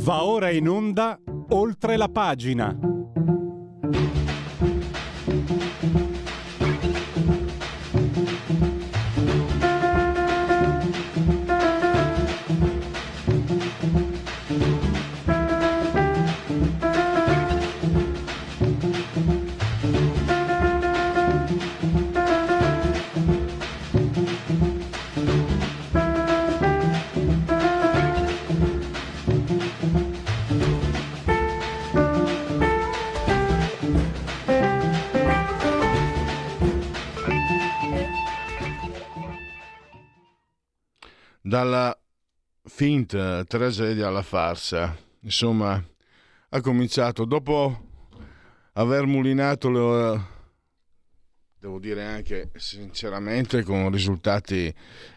Va ora in onda Oltre la pagina. Dalla finta tragedia alla farsa, insomma, ha cominciato dopo aver mulinato, devo dire anche sinceramente, con risultati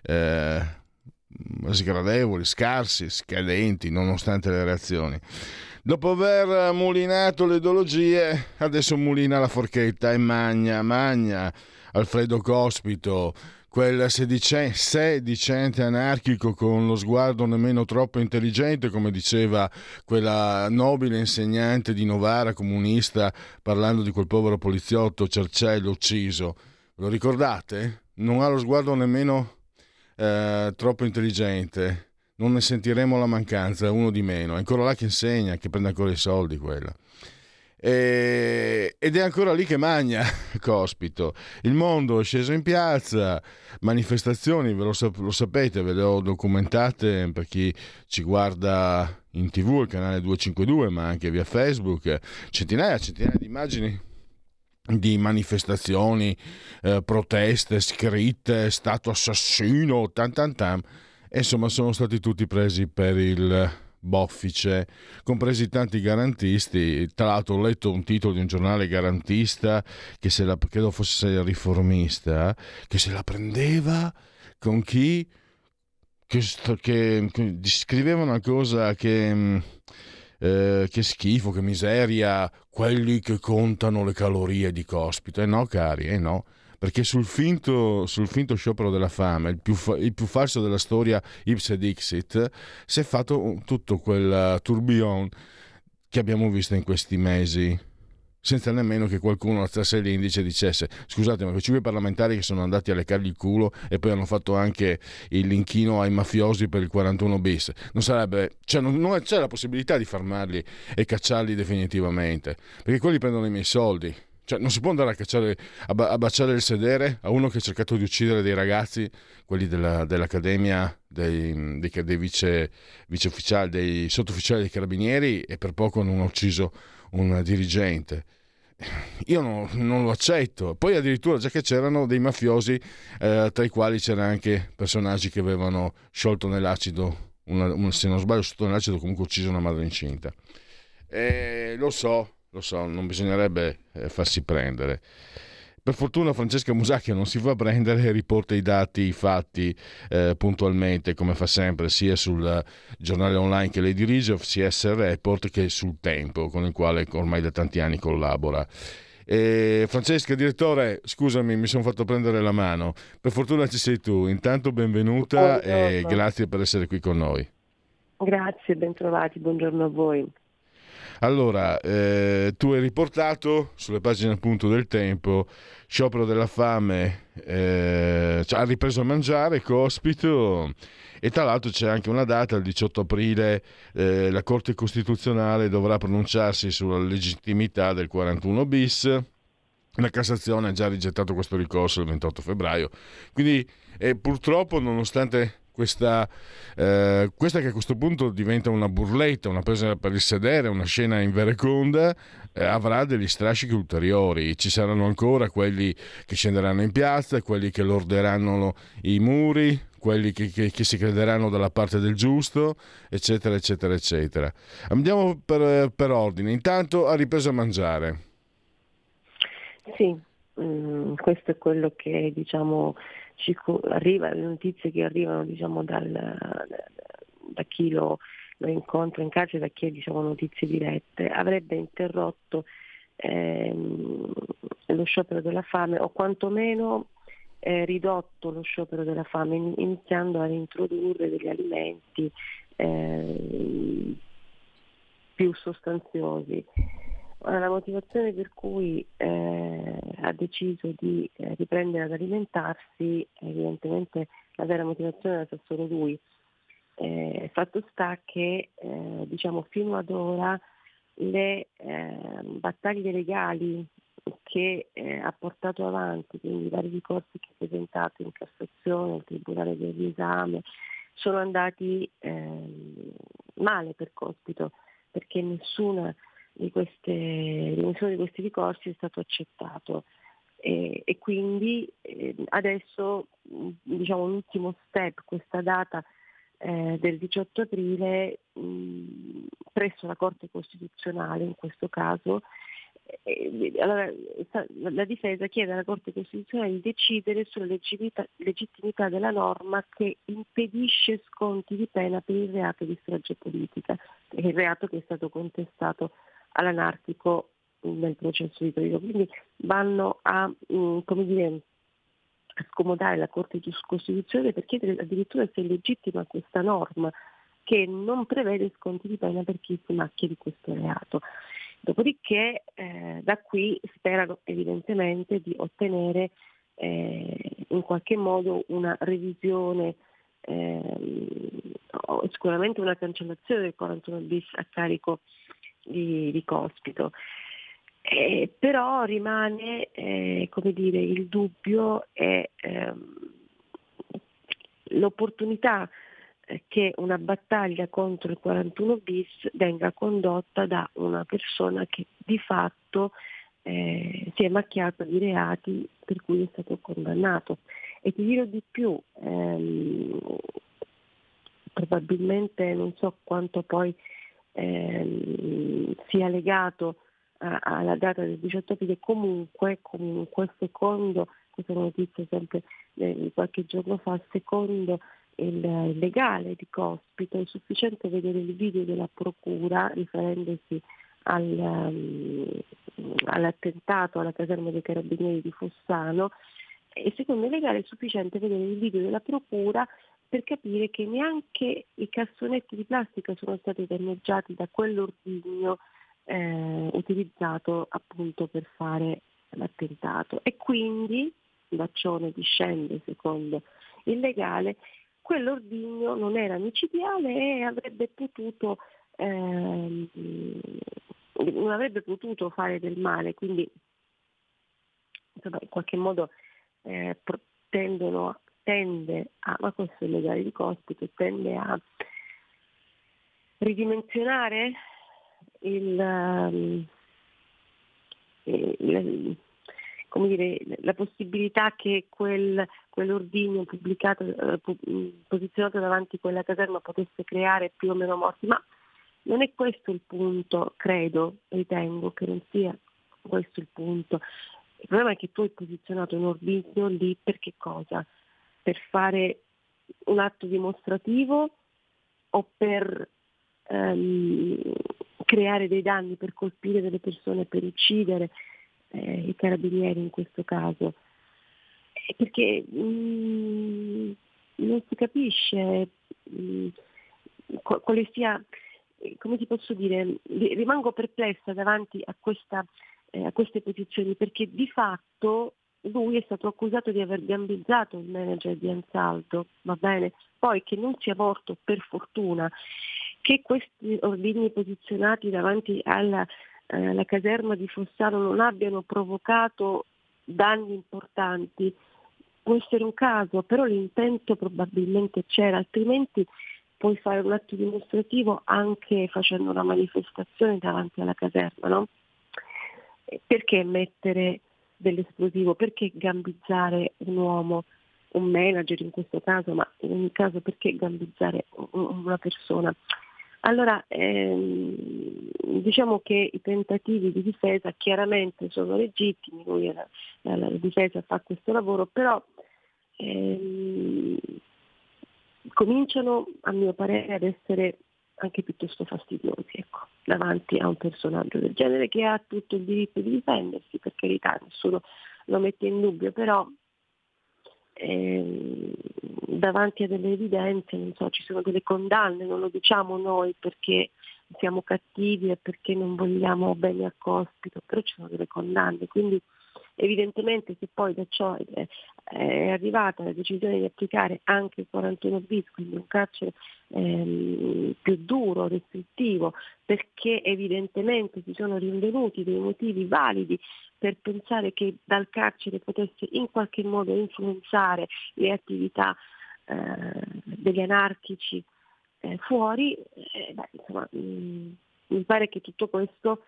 sgradevoli, scarsi, scadenti, nonostante le reazioni. Dopo aver mulinato le ideologie, adesso mulina la forchetta e magna Alfredo Cospito, quel sedicente anarchico con lo sguardo nemmeno troppo intelligente, come diceva quella nobile insegnante di Novara comunista parlando di quel povero poliziotto Cerciello ucciso. Lo ricordate? Non ha lo sguardo nemmeno troppo intelligente. Non ne sentiremo la mancanza, uno di meno. È ancora là che insegna, che prende ancora i soldi quella. Ed è ancora lì che magna Cospito. Il mondo è sceso in piazza, manifestazioni, lo sapete, ve le ho documentate per chi ci guarda in TV, il canale 252, ma anche via Facebook, centinaia di immagini di manifestazioni, proteste scritte, stato assassino, tan. E insomma sono stati tutti presi per il boffice, compresi tanti garantisti. Tra l'altro ho letto un titolo di un giornale garantista che credo fosse riformista, che se la prendeva con chi che scriveva una cosa che schifo, che miseria, quelli che contano le calorie di Cospito. No cari, no, perché sul finto sciopero della fame, il più falso della storia ipse dixit, si è fatto tutto quel tourbillon che abbiamo visto in questi mesi, senza nemmeno che qualcuno alzasse l'indice e dicesse: scusate, ma quei 5 parlamentari che sono andati a leccargli il culo e poi hanno fatto anche il linchino ai mafiosi per il 41 bis, non sarebbe, cioè non c'è la possibilità di fermarli e cacciarli definitivamente, perché quelli prendono i miei soldi. Cioè, non si può andare a cacciare, a baciare il sedere a uno che ha cercato di uccidere dei ragazzi, quelli dell'accademia dei vice ufficiali, dei sottufficiali dei carabinieri, e per poco non ha ucciso un dirigente. Io non lo accetto. Poi addirittura già che c'erano dei mafiosi, tra i quali c'erano anche personaggi che avevano sciolto nell'acido, se non sbaglio sotto nell'acido, comunque ucciso una madre incinta. Lo so, non bisognerebbe farsi prendere. Per fortuna Francesca Musacchio non si fa prendere e riporta i dati, i fatti puntualmente, come fa sempre, sia sul giornale online che lei dirige, OCS Report, che sul Tempo, con il quale ormai da tanti anni collabora. Francesca, direttore, scusami, mi sono fatto prendere la mano. Per fortuna ci sei tu. Intanto benvenuta. Buongiorno. E grazie per essere qui con noi. Grazie, bentrovati, buongiorno a voi. Allora, tu hai riportato sulle pagine appunto del Tempo, sciopero della fame, ha ripreso a mangiare Cospito, e tra l'altro c'è anche una data, il 18 aprile, la Corte Costituzionale dovrà pronunciarsi sulla legittimità del 41 bis. La Cassazione ha già rigettato questo ricorso il 28 febbraio. Quindi purtroppo, nonostante questa che a questo punto diventa una burletta, una presa per il sedere, una scena invereconda, avrà degli strascichi ulteriori. Ci saranno ancora quelli che scenderanno in piazza, quelli che lorderanno i muri, quelli che si crederanno dalla parte del giusto, eccetera. Andiamo per ordine. Intanto ha ripreso a mangiare. Sì, questo è quello che ci arriva, le notizie che arrivano da chi lo incontra in carcere, da chi ha notizie dirette. Avrebbe interrotto lo sciopero della fame, o quantomeno ridotto lo sciopero della fame, iniziando a introdurre degli alimenti più sostanziosi. La motivazione per cui ha deciso di riprendere ad alimentarsi, evidentemente la vera motivazione la sa solo lui. Fatto sta che diciamo fino ad ora le battaglie legali che ha portato avanti, quindi i vari ricorsi che ha presentato in Cassazione, al Tribunale del riesame, sono andati male per Cospito, perché nessuno di questi ricorsi è stato accettato e quindi adesso diciamo l'ultimo step, questa data del 18 aprile presso la Corte Costituzionale in questo caso. Allora, la difesa chiede alla Corte Costituzionale di decidere sulla legittimità della norma che impedisce sconti di pena per il reato di strage politica, il reato che è stato contestato all'anarchico nel processo di Torino. Quindi vanno a scomodare la Corte di Costituzione per chiedere addirittura se è legittima questa norma che non prevede sconti di pena per chi si macchia di questo reato. Dopodiché da qui sperano evidentemente di ottenere in qualche modo una revisione, sicuramente una cancellazione del 41 bis a carico di Cospito. Però rimane il dubbio e l'opportunità che una battaglia contro il 41 bis venga condotta da una persona che di fatto si è macchiata di reati per cui è stato condannato. E ti dirò di più, probabilmente non so quanto poi sia legato alla data del 18 aprile, comunque secondo, questa notizia sempre di qualche giorno fa, secondo il legale di Cospito è sufficiente vedere il video della procura riferendosi all'attentato alla caserma dei Carabinieri di Fossano, e secondo il legale è sufficiente vedere il video della procura per capire che neanche i cassonetti di plastica sono stati danneggiati da quell'ordigno utilizzato appunto per fare l'attentato, e quindi da ciò ne discende, secondo il legale, quell'ordigno non era micidiale e non avrebbe potuto fare del male, quindi insomma, in qualche modo ma questo è il legale di Cospito, tende a ridimensionare la possibilità che quell'ordigno posizionato davanti a quella caserma potesse creare più o meno morti, ma non è questo il punto, ritengo che non sia questo il punto. Il problema è che tu hai posizionato un ordigno lì per che cosa? Per fare un atto dimostrativo o per creare dei danni, per colpire delle persone, per uccidere i carabinieri in questo caso? Perché non si capisce quale sia, come ti posso dire, rimango perplessa davanti a queste posizioni, perché di fatto lui è stato accusato di aver gambizzato il manager di Ansaldo, va bene? Poi che non sia morto, per fortuna, che questi ordigni posizionati davanti alla caserma di Fossano non abbiano provocato danni importanti, può essere un caso, però l'intento probabilmente c'era, altrimenti puoi fare un atto dimostrativo anche facendo una manifestazione davanti alla caserma, no? Perché mettere dell'esplosivo? Perché gambizzare un uomo, un manager in questo caso, ma in ogni caso perché gambizzare una persona? Allora, diciamo che i tentativi di difesa chiaramente sono legittimi, la difesa fa questo lavoro, però cominciano a mio parere ad essere anche piuttosto fastidiosi, ecco, davanti a un personaggio del genere che ha tutto il diritto di difendersi, per carità, nessuno lo mette in dubbio, però davanti a delle evidenze, non so, ci sono delle condanne, non lo diciamo noi perché siamo cattivi e perché non vogliamo bene a Cospito, però ci sono delle condanne, quindi evidentemente se poi da ciò è arrivata la decisione di applicare anche il 41 bis, quindi un carcere più duro, restrittivo, perché evidentemente si sono rinvenuti dei motivi validi per pensare che dal carcere potesse in qualche modo influenzare le attività degli anarchici fuori, insomma, mi pare che tutto questo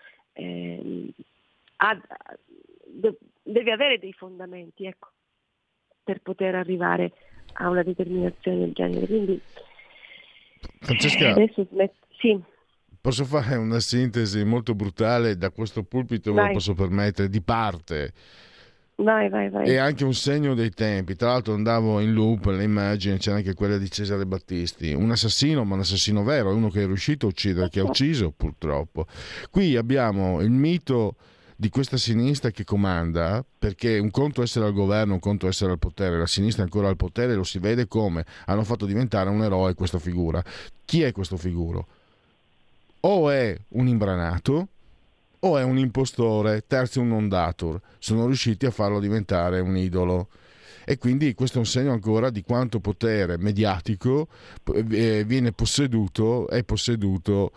deve avere dei fondamenti, ecco, per poter arrivare a una determinazione del genere. Quindi Francesca, adesso sì, posso fare una sintesi molto brutale da questo pulpito, me lo vai, posso permettere, di parte. vai. E anche un segno dei tempi. Tra l'altro andavo in loop le immagini, c'era anche quella di Cesare Battisti, un assassino, ma un assassino vero, uno che è riuscito a uccidere, che ha ucciso purtroppo. Qui abbiamo il mito di questa sinistra che comanda, perché un conto è essere al governo, un conto è essere al potere, la sinistra è ancora al potere, lo si vede come hanno fatto diventare un eroe questa figura. Chi è questo figuro? O è un imbranato o è un impostore, tertium non datur. Sono riusciti a farlo diventare un idolo. E quindi questo è un segno ancora di quanto potere mediatico viene posseduto, è posseduto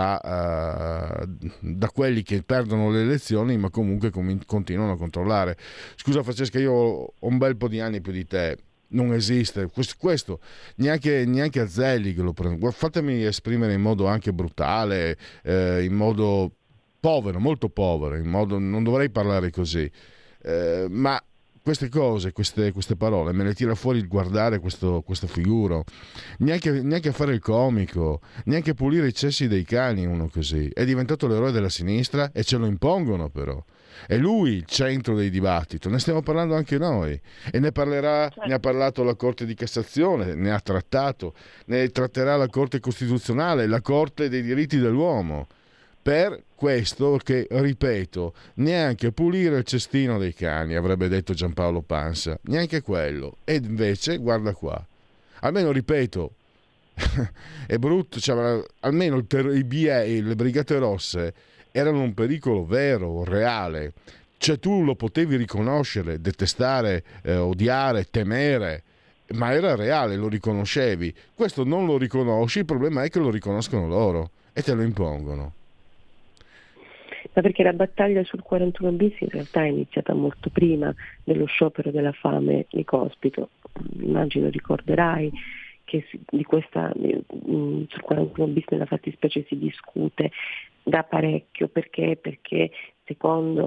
da quelli che perdono le elezioni ma comunque continuano a controllare. Scusa Francesca, io ho un bel po' di anni più di te. Non esiste questo neanche a Zelig lo prendo. Fatemi esprimere in modo anche brutale, in modo povero, molto povero, in modo non dovrei parlare così, ma queste cose, queste parole me le tira fuori il guardare questo figuro. Neanche a fare il comico, neanche a pulire i cessi dei cani, uno così è diventato l'eroe della sinistra e ce lo impongono. Però è lui il centro dei dibattiti, ne stiamo parlando anche noi e ne parlerà, Certo. ne ha parlato la Corte di Cassazione, ne ha trattato, ne tratterà la Corte Costituzionale, la Corte dei diritti dell'uomo. Per questo che, ripeto, neanche pulire il cestino dei cani, avrebbe detto Giampaolo Pansa, neanche quello. E invece, guarda qua, almeno, ripeto, è brutto, cioè, almeno i BA, le Brigate Rosse, erano un pericolo vero, reale. Cioè tu lo potevi riconoscere, detestare, odiare, temere, ma era reale, lo riconoscevi. Questo non lo riconosci, il problema è che lo riconoscono loro e te lo impongono. Ma perché la battaglia sul 41 bis in realtà è iniziata molto prima dello sciopero della fame di Cospito. Immagino ricorderai che sul 41 bis nella fattispecie si discute da parecchio, perché secondo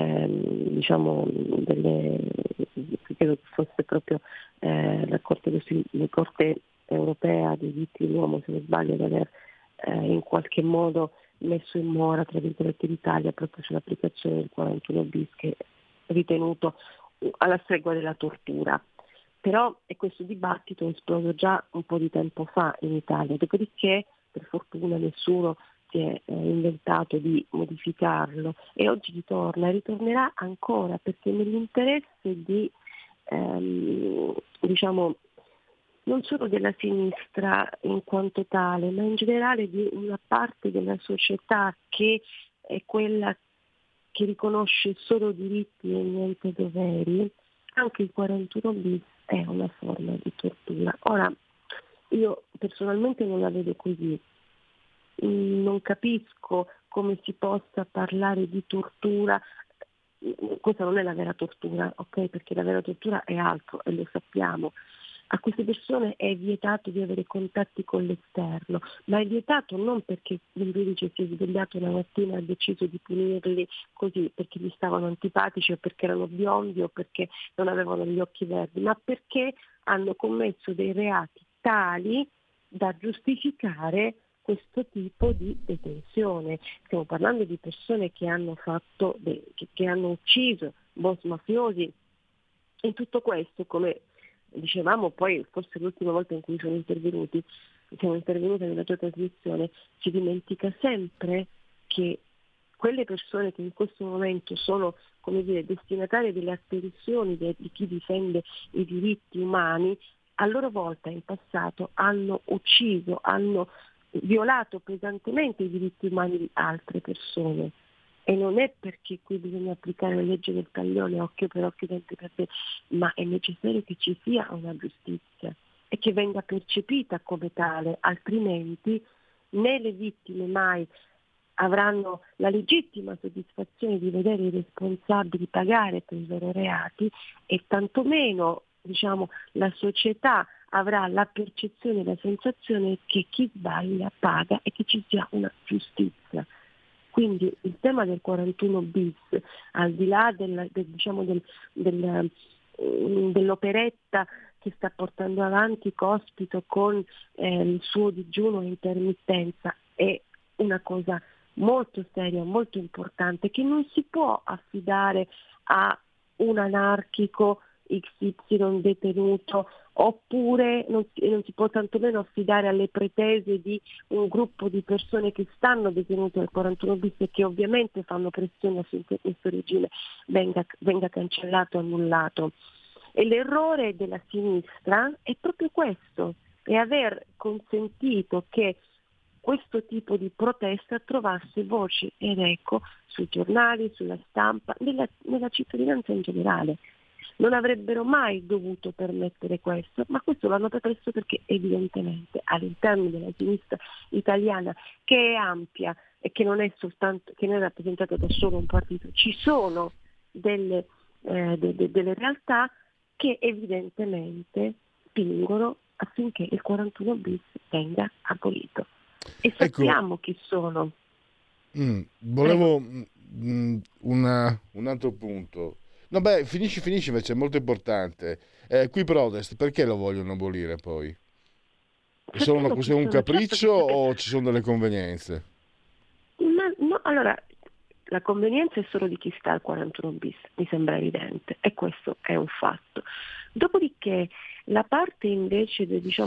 credo che fosse proprio la Corte europea dei diritti dell'uomo, se non sbaglio, ad aver in qualche modo messo in mora, tra virgolette, l'Italia proprio sull'applicazione del 41 bis, che è ritenuto alla stregua della tortura. Però questo dibattito è esploso già un po' di tempo fa in Italia, dopodiché per fortuna nessuno si è inventato di modificarlo e oggi ritornerà ancora, perché nell'interesse di non solo della sinistra in quanto tale, ma in generale di una parte della società che è quella che riconosce solo diritti e niente doveri, anche il 41 bis è una forma di tortura. Ora, io personalmente non la vedo così. Non capisco come si possa parlare di tortura. Questa non è la vera tortura, ok? Perché la vera tortura è altro e lo sappiamo. A queste persone è vietato di avere contatti con l'esterno, ma è vietato non perché il giudice si è svegliato una mattina e ha deciso di punirli così perché gli stavano antipatici o perché erano biondi o perché non avevano gli occhi verdi, ma perché hanno commesso dei reati tali da giustificare questo tipo di detenzione. Stiamo parlando di persone che hanno che hanno ucciso boss mafiosi, e tutto questo, come dicevamo poi forse l'ultima volta in cui siamo intervenuti nella tua trasmissione, si dimentica sempre che quelle persone che in questo momento sono, come dire, destinatarie delle attenzioni di chi difende i diritti umani a loro volta in passato hanno ucciso, hanno violato pesantemente i diritti umani di altre persone. E non è perché qui bisogna applicare la legge del taglione occhio per occhio, dente per dente, ma è necessario che ci sia una giustizia e che venga percepita come tale, altrimenti né le vittime mai avranno la legittima soddisfazione di vedere i responsabili pagare per i loro reati e tantomeno, la società avrà la percezione e la sensazione che chi sbaglia paga e che ci sia una giustizia. Quindi il tema del 41 bis, al di là dell'operetta che sta portando avanti Cospito con il suo digiuno e intermittenza, è una cosa molto seria, molto importante, che non si può affidare a un anarchico XY detenuto, oppure non si può tantomeno affidare alle pretese di un gruppo di persone che stanno detenute al 41 bis e che ovviamente fanno pressione affinché questo regime venga cancellato, annullato. E l'errore della sinistra è proprio questo, è aver consentito che questo tipo di protesta trovasse voce ed eco sui giornali, sulla stampa, nella cittadinanza in generale. Non avrebbero mai dovuto permettere questo, ma questo l'hanno permesso perché evidentemente all'interno della sinistra italiana, che è ampia e che non è rappresentata da solo un partito, ci sono delle realtà che evidentemente spingono affinché il 41 bis venga abolito. E sappiamo chi sono. Volevo un altro punto. No, beh, finisci invece, è molto importante. Qui Prodest, perché lo vogliono abolire poi? È solo una questione, un capriccio, o ci sono delle convenienze? No, allora, la convenienza è solo di chi sta al 41 bis, mi sembra evidente, e questo è un fatto. Dopodiché la parte invece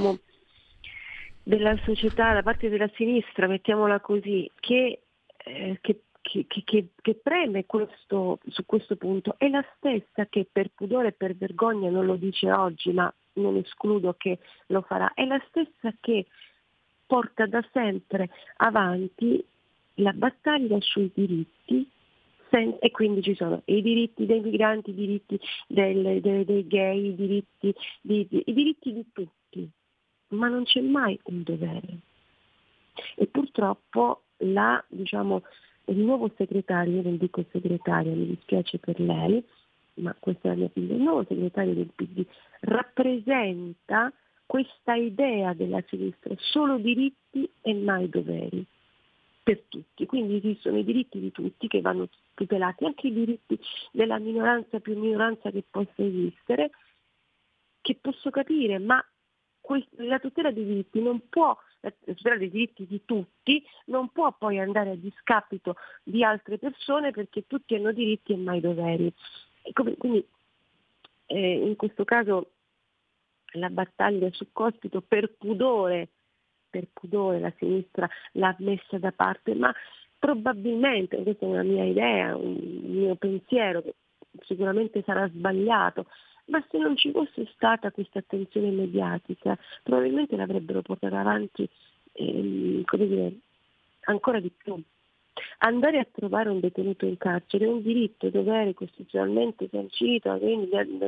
della società, la parte della sinistra, mettiamola così, che preme su questo punto, è la stessa che per pudore e per vergogna non lo dice oggi, ma non escludo che lo farà, è la stessa che porta da sempre avanti la battaglia sui diritti, e quindi ci sono i diritti dei migranti, i diritti dei gay, i diritti di tutti, ma non c'è mai un dovere. E purtroppo il nuovo segretario, io non dico segretaria, mi dispiace per lei, ma questa è la mia figlia, il nuovo segretario del PD rappresenta questa idea della sinistra, solo diritti e mai doveri per tutti. Quindi esistono i diritti di tutti che vanno tutelati, anche i diritti della minoranza più minoranza che possa esistere, che posso capire, ma la tutela dei diritti la tutela dei diritti di tutti non può poi andare a discapito di altre persone, perché tutti hanno diritti e mai doveri. Quindi in questo caso la battaglia su Cospito per pudore la sinistra l'ha messa da parte, ma probabilmente, questa è una mia idea, un mio pensiero che sicuramente sarà sbagliato, ma se non ci fosse stata questa attenzione mediatica probabilmente l'avrebbero portata avanti ancora di più. Andare a trovare un detenuto in carcere è un diritto e dovere costituzionalmente sancito, quindi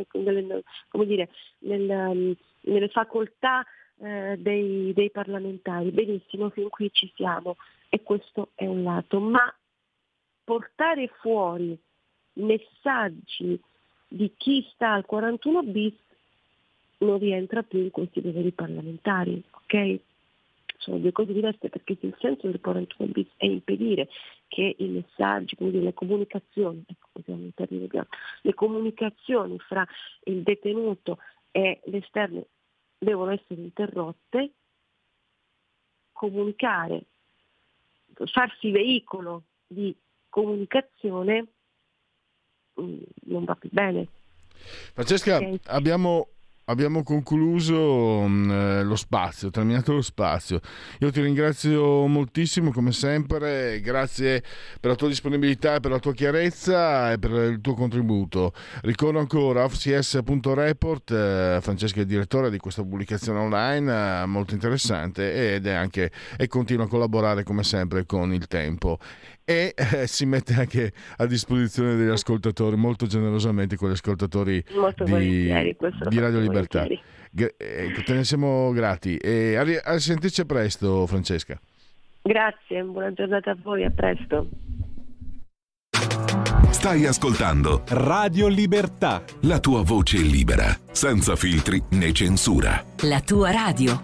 nelle facoltà dei parlamentari. Benissimo, fin qui ci siamo, e questo è un lato, ma portare fuori messaggi di chi sta al 41 bis non rientra più in questi doveri parlamentari, ok? Sono due cose diverse, perché se il senso del 41 bis è impedire che i messaggi, quindi le comunicazioni, le comunicazioni fra il detenuto e l'esterno devono essere interrotte, comunicare, farsi veicolo di comunicazione non va più bene. Francesca, Okay. abbiamo abbiamo concluso lo spazio, terminato lo spazio. Io ti ringrazio moltissimo come sempre, grazie per la tua disponibilità, per la tua chiarezza e per il tuo contributo. Ricordo ancora offcs.report, Francesca è direttore di questa pubblicazione online molto interessante e continua a collaborare come sempre con Il Tempo e si mette anche a disposizione degli ascoltatori molto generosamente, con gli ascoltatori di Radio Libertà. Te ne siamo grati e a sentirci presto, Francesca. Grazie, buona giornata a voi, a presto. Stai ascoltando Radio Libertà, la tua voce libera, senza filtri né censura. La tua radio.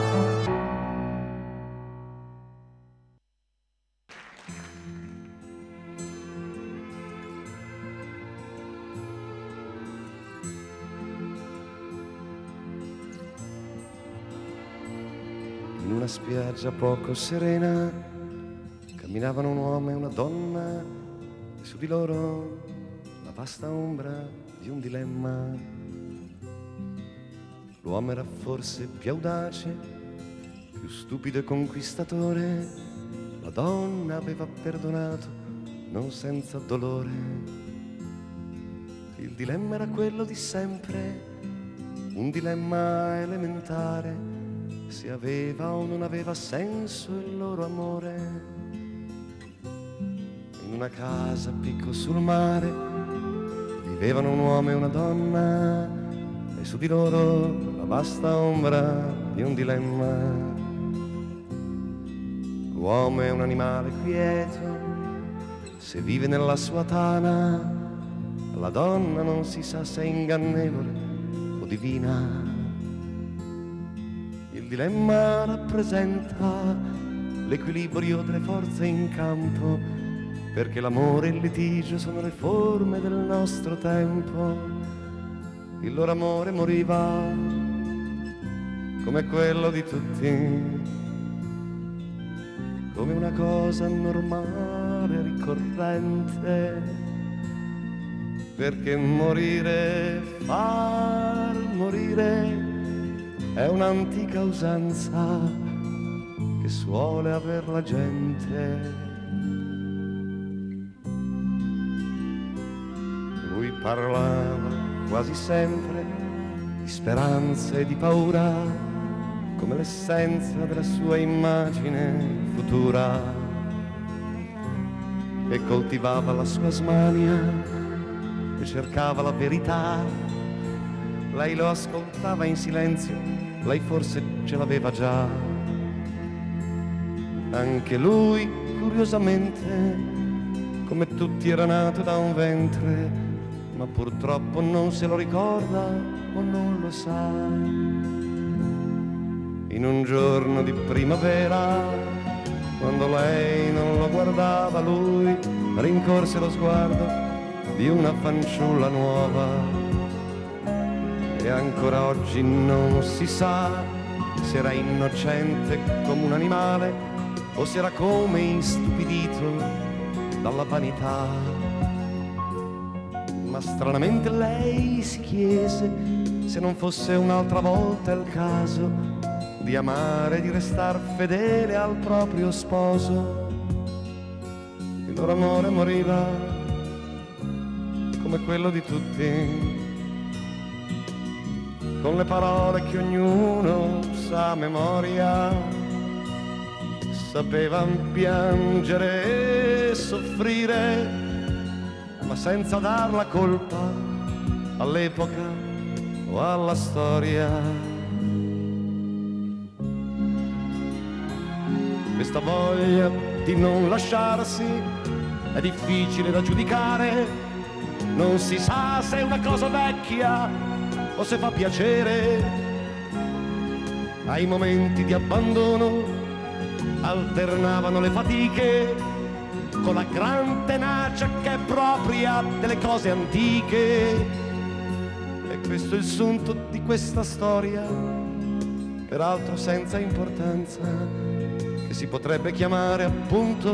In una spiaggia poco serena camminavano un uomo e una donna e su di loro la vasta ombra di un dilemma. L'uomo era forse più audace, più stupido e conquistatore, la donna aveva perdonato non senza dolore. Il dilemma era quello di sempre, un dilemma elementare, se aveva o non aveva senso il loro amore. In una casa a picco sul mare vivevano un uomo e una donna e su di loro la vasta ombra di un dilemma. L'uomo è un animale quieto, se vive nella sua tana, la donna non si sa se è ingannevole o divina. Il dilemma rappresenta l'equilibrio delle forze in campo, perché l'amore e il litigio sono le forme del nostro tempo. Il loro amore moriva come quello di tutti, come una cosa normale, ricorrente, perché morire, far morire è un'antica usanza che suole aver la gente. Lui parlava quasi sempre di speranza e di paura, come l'essenza della sua immagine futura, e coltivava la sua smania e cercava la verità. Lei lo ascoltava in silenzio, lei forse ce l'aveva già. Anche lui, curiosamente, come tutti era nato da un ventre, ma purtroppo non se lo ricorda o non lo sa. In un giorno di primavera, quando lei non lo guardava, lui rincorse lo sguardo di una fanciulla nuova. E ancora oggi non si sa se era innocente come un animale o se era come istupidito dalla vanità. Ma stranamente lei si chiese se non fosse un'altra volta il caso di amare e di restar fedele al proprio sposo. Il loro amore moriva come quello di tutti, con le parole che ognuno sa a memoria. Sapevan piangere e soffrire, ma senza dar la colpa all'epoca o alla storia. Questa voglia di non lasciarsi è difficile da giudicare, non si sa se è una cosa vecchia o se fa piacere. Ai momenti di abbandono alternavano le fatiche con la gran tenacia che è propria delle cose antiche. E questo è il sunto di questa storia, peraltro senza importanza, che si potrebbe chiamare appunto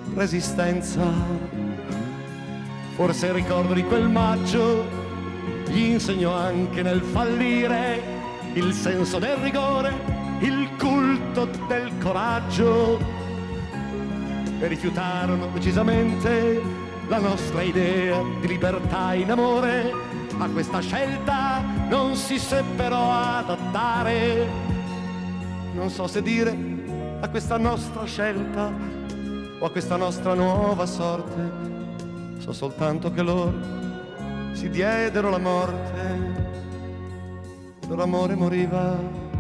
resistenza. Forse il ricordo di quel maggio gli insegnò anche nel fallire il senso del rigore, il culto del coraggio, e rifiutarono decisamente la nostra idea di libertà in amore. A questa scelta non si seppero adattare. Non so se dire a questa nostra scelta o a questa nostra nuova sorte. So soltanto che loro si diedero la morte. Il loro amore moriva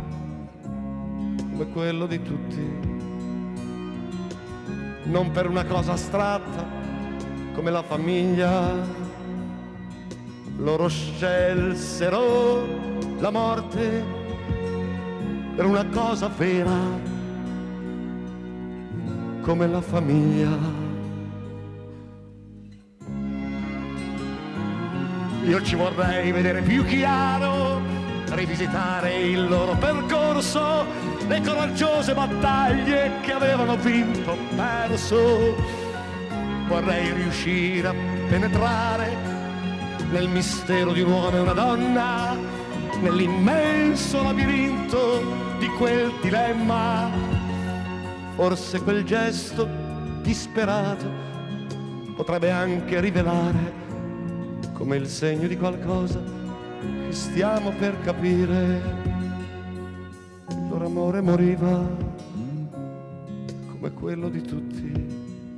come quello di tutti, non per una cosa astratta come la famiglia. Loro scelsero la morte per una cosa vera come la famiglia. Io ci vorrei vedere più chiaro, rivisitare il loro percorso, le coraggiose battaglie che avevano vinto o perso. Vorrei riuscire a penetrare nel mistero di un uomo e una donna, nell'immenso labirinto di quel dilemma. Forse quel gesto disperato potrebbe anche rivelare come il segno di qualcosa che stiamo per capire. Il loro amore moriva come quello di tutti,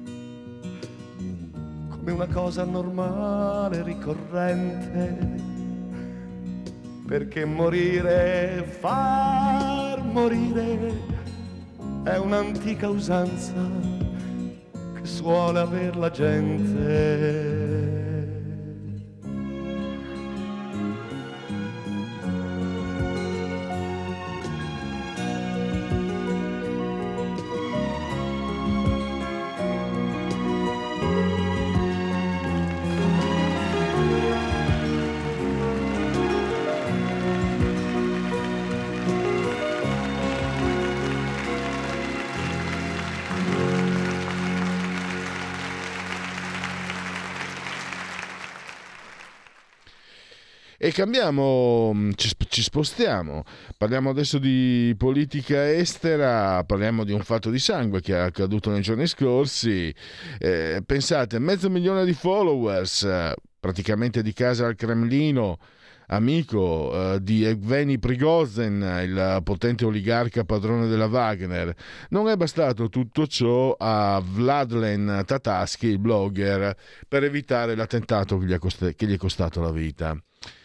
come una cosa normale, ricorrente, perché morire, far morire, è un'antica usanza che suole aver la gente. E cambiamo, ci spostiamo, parliamo adesso di politica estera, parliamo di un fatto di sangue che è accaduto nei giorni scorsi. Pensate, 500.000 di followers, praticamente di casa al Cremlino, amico di Evgeny Prigozhin, il potente oligarca padrone della Wagner. Non è bastato tutto ciò a Vladlen Tatarsky, il blogger, per evitare l'attentato che gli è costato la vita.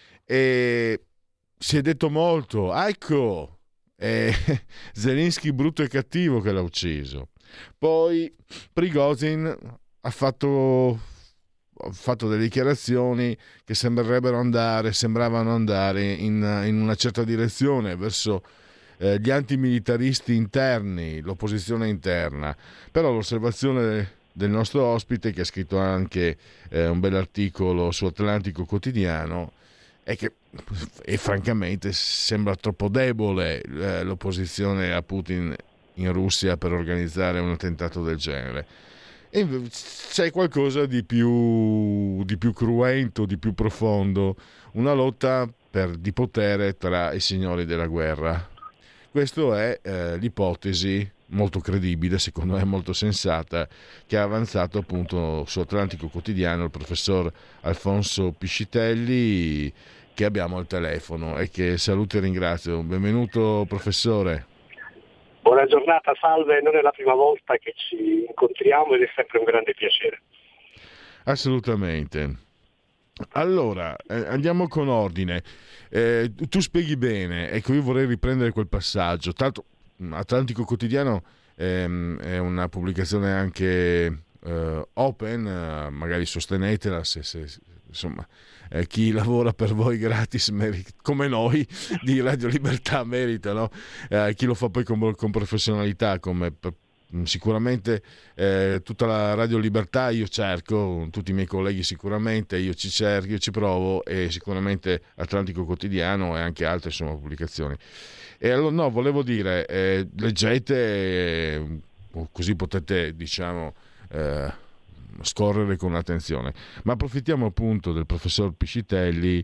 E si è detto molto, ecco, Zelensky brutto e cattivo che l'ha ucciso. Poi Prigozhin ha fatto delle dichiarazioni che sembravano andare in una certa direzione verso gli antimilitaristi interni, l'opposizione interna. Però l'osservazione del nostro ospite, che ha scritto anche un bell'articolo su Atlantico Quotidiano, è che francamente sembra troppo debole l'opposizione a Putin in Russia per organizzare un attentato del genere. E c'è qualcosa di più cruento, di più profondo, una lotta di potere tra i signori della guerra. Questa è l'ipotesi molto credibile, secondo me molto sensata, che ha avanzato appunto su Atlantico Quotidiano il professor Alfonso Piscitelli, che abbiamo al telefono e che saluto e ringrazio. Benvenuto professore. Buona giornata, salve, non è la prima volta che ci incontriamo ed è sempre un grande piacere. Assolutamente. Allora, andiamo con ordine. Tu spieghi bene, ecco, io vorrei riprendere quel passaggio. Tanto Atlantico Quotidiano è una pubblicazione anche open, magari sostenetela se insomma chi lavora per voi gratis come noi di Radio Libertà merita, no? Chi lo fa poi con professionalità, come sicuramente tutta la Radio Libertà io cerco, tutti i miei colleghi sicuramente, io ci cerco, io ci provo, e sicuramente Atlantico Quotidiano e anche altre insomma pubblicazioni. E allora no, volevo dire, leggete, così potete diciamo scorrere con attenzione. Ma approfittiamo appunto del professor Piscitelli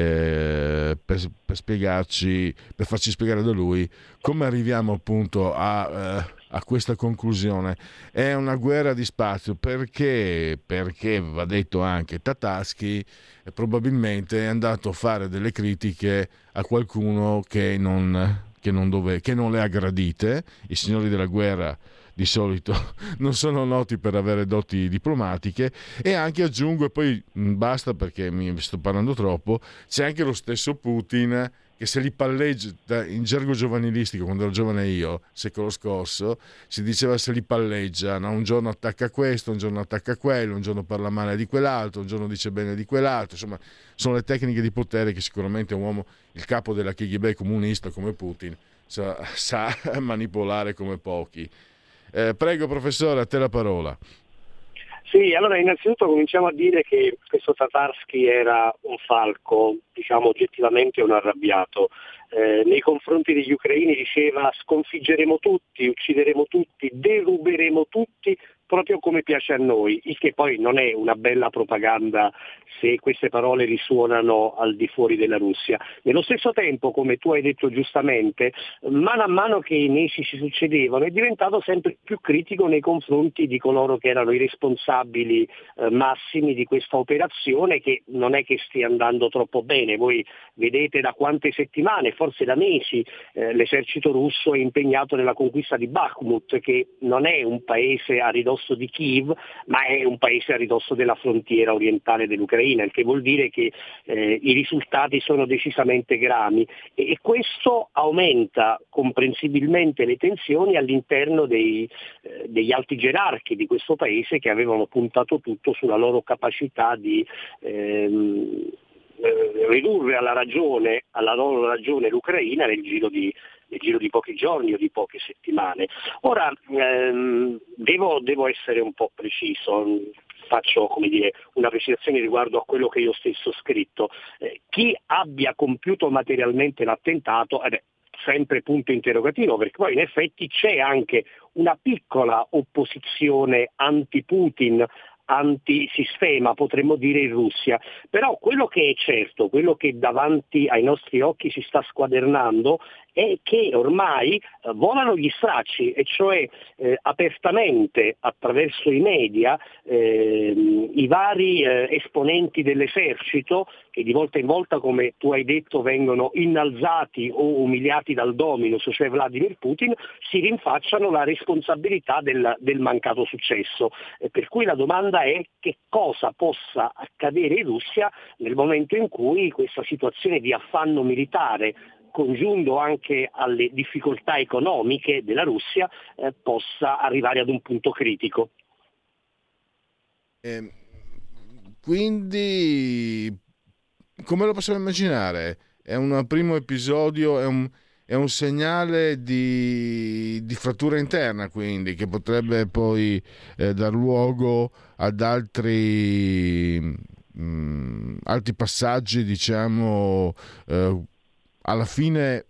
per spiegarci, per farci spiegare da lui come arriviamo appunto a questa conclusione. È una guerra di spazio perché va detto anche Tatarski probabilmente è andato a fare delle critiche a qualcuno che non le ha gradite. I signori della guerra di solito non sono noti per avere doti diplomatiche, e anche aggiungo, e poi basta perché mi sto parlando troppo, c'è anche lo stesso Putin che se li palleggia, in gergo giovanilistico, quando ero giovane io, secolo scorso, si diceva se li palleggia, no? Un giorno attacca questo, un giorno attacca quello, un giorno parla male di quell'altro, un giorno dice bene di quell'altro, insomma sono le tecniche di potere che sicuramente un uomo, il capo della KGB comunista come Putin, sa manipolare come pochi. Prego professore, a te la parola. Sì, allora innanzitutto cominciamo a dire che questo Tatarski era un falco, diciamo oggettivamente un arrabbiato. Nei confronti degli ucraini diceva sconfiggeremo tutti, uccideremo tutti, deruberemo tutti, proprio come piace a noi, il che poi non è una bella propaganda se queste parole risuonano al di fuori della Russia. Nello stesso tempo, come tu hai detto giustamente, mano a mano che i mesi si succedevano è diventato sempre più critico nei confronti di coloro che erano i responsabili massimi di questa operazione, che non è che stia andando troppo bene. Voi vedete da quante settimane, forse da mesi, l'esercito russo è impegnato nella conquista di Bakhmut, che non è un paese a ridosso di Kiev, ma è un paese a ridosso della frontiera orientale dell'Ucraina, il che vuol dire che i risultati sono decisamente gravi, e questo aumenta comprensibilmente le tensioni all'interno degli alti gerarchi di questo paese, che avevano puntato tutto sulla loro capacità di ridurre alla loro ragione l'Ucraina nel giro di pochi giorni o di poche settimane. Ora devo essere un po' preciso, faccio una precisazione riguardo a quello che io stesso ho scritto. Chi abbia compiuto materialmente l'attentato, sempre punto interrogativo, perché poi in effetti c'è anche una piccola opposizione anti-Putin, antisistema, potremmo dire, in Russia. Però quello che è certo, quello che davanti ai nostri occhi si sta squadernando, è che ormai volano gli stracci, e cioè apertamente attraverso i media i vari esponenti dell'esercito, che di volta in volta, come tu hai detto, vengono innalzati o umiliati dal dominus, cioè Vladimir Putin, si rinfacciano la responsabilità del mancato successo. Per cui la domanda è che cosa possa accadere in Russia nel momento in cui questa situazione di affanno militare, congiunto anche alle difficoltà economiche della Russia, possa arrivare ad un punto critico. Quindi come lo possiamo immaginare? È un primo episodio, è un segnale di frattura interna, quindi, che potrebbe poi dar luogo ad altri passaggi, diciamo, alla fine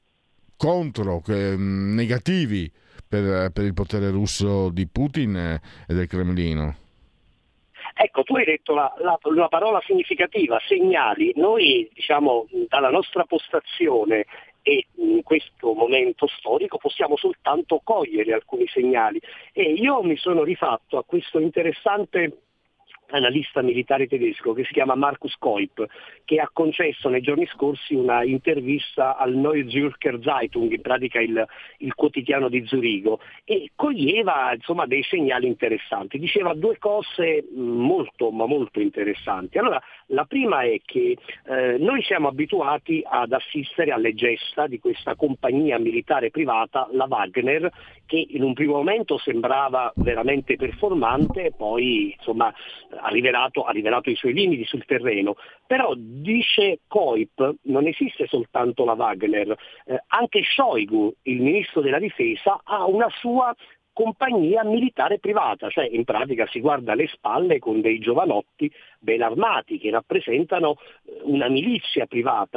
negativi per il potere russo di Putin e del Cremlino. Ecco, tu hai detto la parola significativa, segnali. Noi, dalla nostra postazione e in questo momento storico possiamo soltanto cogliere alcuni segnali, e io mi sono rifatto a questo interessante analista militare tedesco che si chiama Markus Koip, che ha concesso nei giorni scorsi una intervista al Neue Zürcher Zeitung, in pratica il quotidiano di Zurigo, e coglieva dei segnali interessanti. Diceva due cose molto ma molto interessanti. Allora, la prima è che noi siamo abituati ad assistere alle gesta di questa compagnia militare privata, la Wagner, che in un primo momento sembrava veramente performante, poi ha rivelato i suoi limiti sul terreno. Però, dice Koip, non esiste soltanto la Wagner, anche Shoigu, il ministro della difesa, ha una sua compagnia militare privata, cioè in pratica si guarda alle spalle con dei giovanotti ben armati che rappresentano una milizia privata,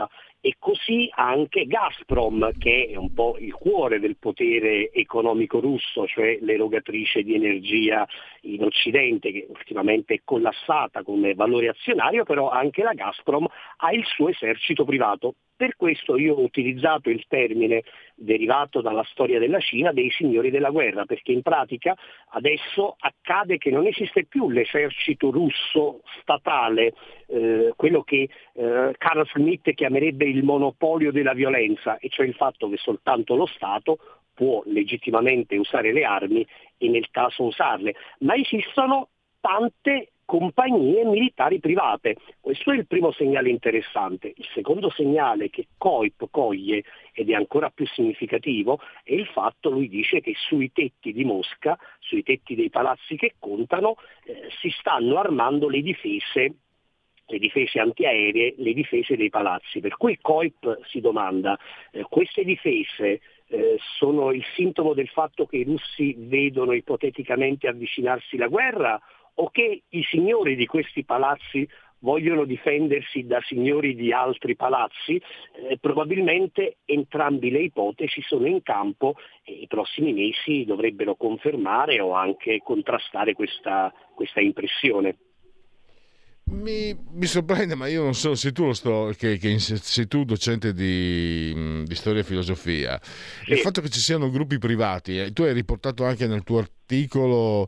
e così anche Gazprom, che è un po' il cuore del potere economico russo, cioè l'erogatrice di energia in Occidente, che ultimamente è collassata come valore azionario, però anche la Gazprom ha il suo esercito privato. Per questo io ho utilizzato il termine derivato dalla storia della Cina dei signori della guerra, perché in pratica adesso accade che non esiste più l'esercito russo statale, quello che Carl Schmitt chiamerebbe il monopolio della violenza, e cioè il fatto che soltanto lo Stato può legittimamente usare le armi e nel caso usarle, ma esistono tante compagnie militari private. Questo è il primo segnale interessante. Il secondo segnale che Koip coglie, ed è ancora più significativo, è il fatto, lui dice, che sui tetti di Mosca, sui tetti dei palazzi che contano, si stanno armando le difese antiaeree, le difese dei palazzi. Per cui Koip si domanda, queste difese sono il sintomo del fatto che i russi vedono ipoteticamente avvicinarsi la guerra, o che i signori di questi palazzi vogliono difendersi da signori di altri palazzi? Probabilmente entrambi le ipotesi sono in campo e i prossimi mesi dovrebbero confermare o anche contrastare questa impressione. Mi sorprende, ma io non so se tu sei tu docente di storia e filosofia. Sì. Il fatto che ci siano gruppi privati, tu hai riportato anche nel tuo articolo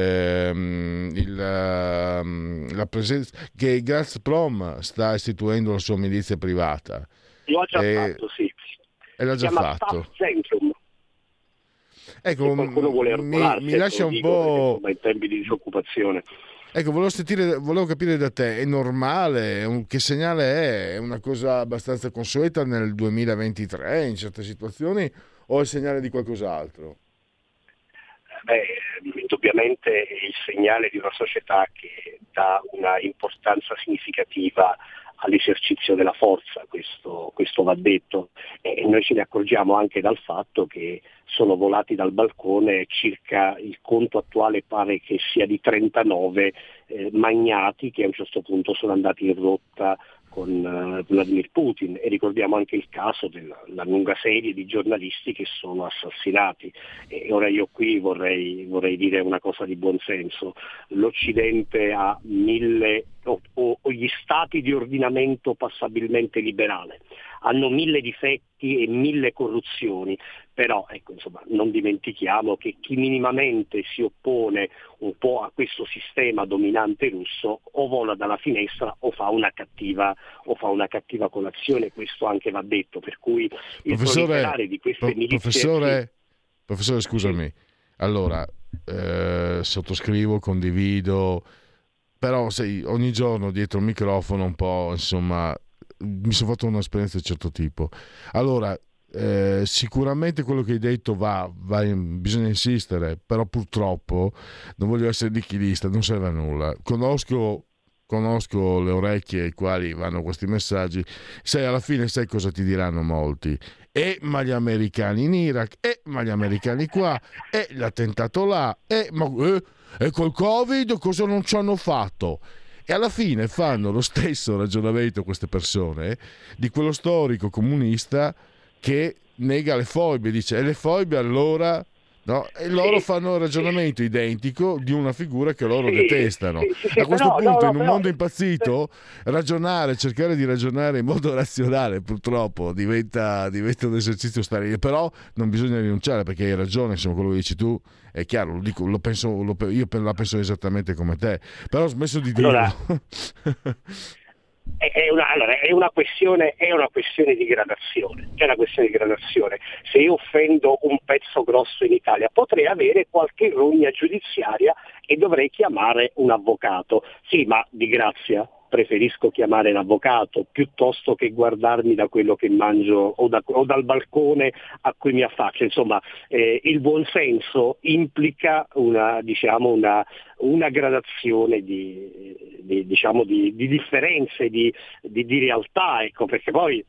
la presenza che Gazprom sta istituendo la sua milizia privata. Lo ha già fatto, sì. E l'ha già fatto. Centrum. Ecco, se qualcuno vuole mi lascia un po'. Perché, in tempi di disoccupazione. Ecco, volevo capire da te, è normale? Che segnale è? È una cosa abbastanza consueta nel 2023 in certe situazioni o è segnale di qualcos'altro? Indubbiamente è il segnale di una società che dà una importanza significativa all'esercizio della forza, questo va detto, e noi ce ne accorgiamo anche dal fatto che sono volati dal balcone circa, il conto attuale pare che sia di 39 magnati che a un certo punto sono andati in rotta con Vladimir Putin, e ricordiamo anche il caso della lunga serie di giornalisti che sono assassinati. E ora io qui vorrei dire una cosa di buonsenso: l'Occidente ha 1000 o gli stati di ordinamento passabilmente liberale hanno 1000 difetti e 1000 corruzioni, però non dimentichiamo che chi minimamente si oppone un po' a questo sistema dominante russo o vola dalla finestra o fa una cattiva colazione. Questo anche va detto, per cui il proliferare di queste milizie... Professore, scusami, allora sottoscrivo, condivido, però ogni giorno dietro il microfono un po', insomma, mi sono fatto un'esperienza di certo tipo. Allora, sicuramente quello che hai detto bisogna insistere, però purtroppo non voglio essere nichilista, non serve a nulla. Conosco le orecchie ai quali vanno questi messaggi, alla fine sai cosa ti diranno molti: ma gli americani in Iraq, ma gli americani qua, l'attentato là, e col Covid cosa non ci hanno fatto? E alla fine fanno lo stesso ragionamento queste persone di quello storico comunista che nega le foibe, dice e le foibe allora, no? E loro fanno il ragionamento identico di una figura che loro detestano. A questo punto, in un mondo impazzito, cercare di ragionare in modo razionale purtroppo diventa un esercizio sterile, però non bisogna rinunciare, perché hai ragione, insomma, quello che dici tu è chiaro, io la penso esattamente come te, però ho smesso di dirlo. È una questione di gradazione. È una questione di gradazione. Se io offendo un pezzo grosso in Italia, potrei avere qualche rogna giudiziaria e dovrei chiamare un avvocato. Sì, ma di grazia preferisco chiamare l'avvocato piuttosto che guardarmi da quello che mangio o dal balcone a cui mi affaccio. Insomma, il buonsenso implica una una gradazione di differenze di realtà, ecco, perché poi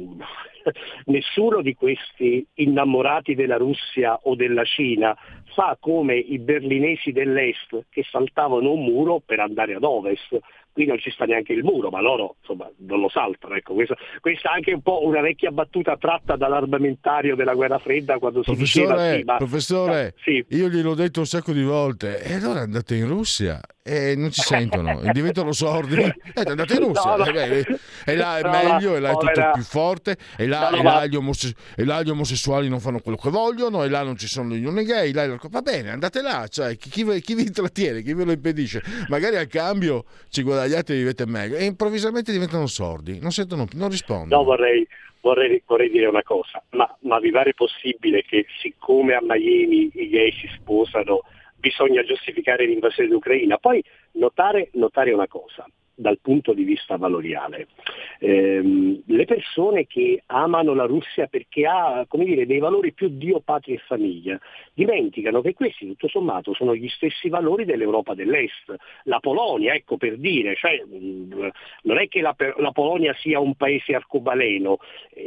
nessuno di questi innamorati della Russia o della Cina fa come i berlinesi dell'est che saltavano un muro per andare ad ovest. Qui non ci sta neanche il muro, ma loro insomma non lo saltano. Ecco, questa è anche un po' una vecchia battuta tratta dall'armamentario della guerra fredda, quando si diceva professore, sì. Io gliel'ho detto un sacco di volte, e allora andate in Russia e non ci sentono e diventano sordi, andate in Russia, e là è meglio, e là è tutto più forte, e là gli omosessuali non fanno quello che vogliono, e là non ci sono gli gay, va bene, andate là, cioè chi vi trattiene, chi ve lo impedisce, magari al cambio ci guadagnate e vivete meglio, e improvvisamente diventano sordi, non sentono, non rispondono. No, vorrei dire una cosa, ma vi pare possibile che siccome a Miami i gay si sposano bisogna giustificare l'invasione d'Ucraina? Poi notare una cosa dal punto di vista valoriale. Le persone che amano la Russia perché ha, come dire, dei valori più Dio, patria e famiglia, dimenticano che questi tutto sommato sono gli stessi valori dell'Europa dell'Est. La Polonia, ecco, per dire, cioè, non è che la Polonia sia un paese arcobaleno,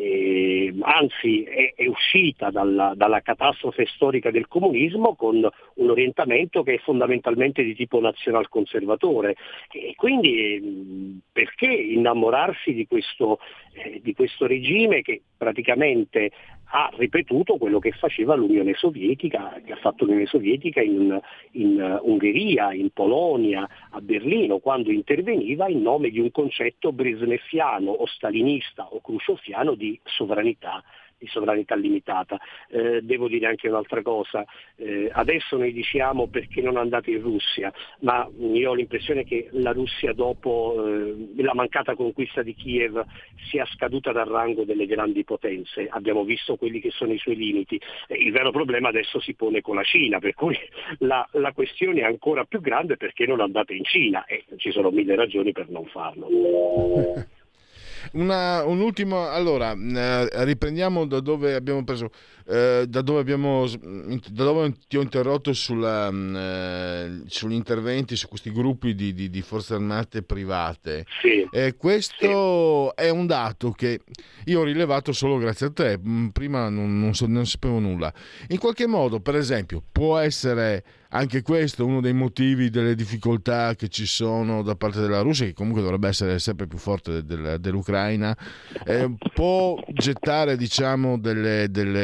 anzi è uscita dalla catastrofe storica del comunismo con un orientamento che è fondamentalmente di tipo nazionalconservatore, e quindi perché innamorarsi di questo regime che praticamente ha ripetuto quello che faceva l'Unione Sovietica, che ha fatto l'Unione Sovietica in Ungheria, in Polonia, a Berlino, quando interveniva in nome di un concetto brezhneviano o stalinista o khrushcheviano di sovranità limitata. Devo dire anche un'altra cosa, adesso noi diciamo perché non andate in Russia, ma io ho l'impressione che la Russia dopo la mancata conquista di Kiev sia scaduta dal rango delle grandi potenze, abbiamo visto quelli che sono i suoi limiti, il vero problema adesso si pone con la Cina, per cui la questione è ancora più grande: perché non andate in Cina? E ci sono mille ragioni per non farlo. Un ultimo, allora, riprendiamo da dove abbiamo preso, da dove ti ho interrotto sugli interventi su questi gruppi di forze armate private. Sì. Questo è un dato che io ho rilevato solo grazie a te, prima non sapevo nulla. In qualche modo, per esempio, può essere anche questo uno dei motivi delle difficoltà che ci sono da parte della Russia, che comunque dovrebbe essere sempre più forte dell'Ucraina, può gettare, diciamo, delle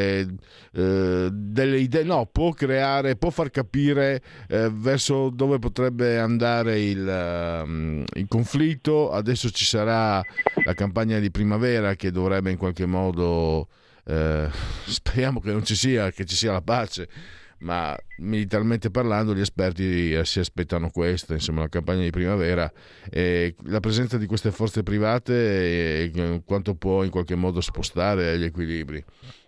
idee, no, può far capire verso dove potrebbe andare il conflitto. Adesso ci sarà la campagna di primavera che dovrebbe in qualche modo, speriamo che non ci sia, che ci sia la pace, ma militarmente parlando gli esperti si aspettano questo, insomma, la campagna di primavera, e la presenza di queste forze private quanto può in qualche modo spostare gli equilibri.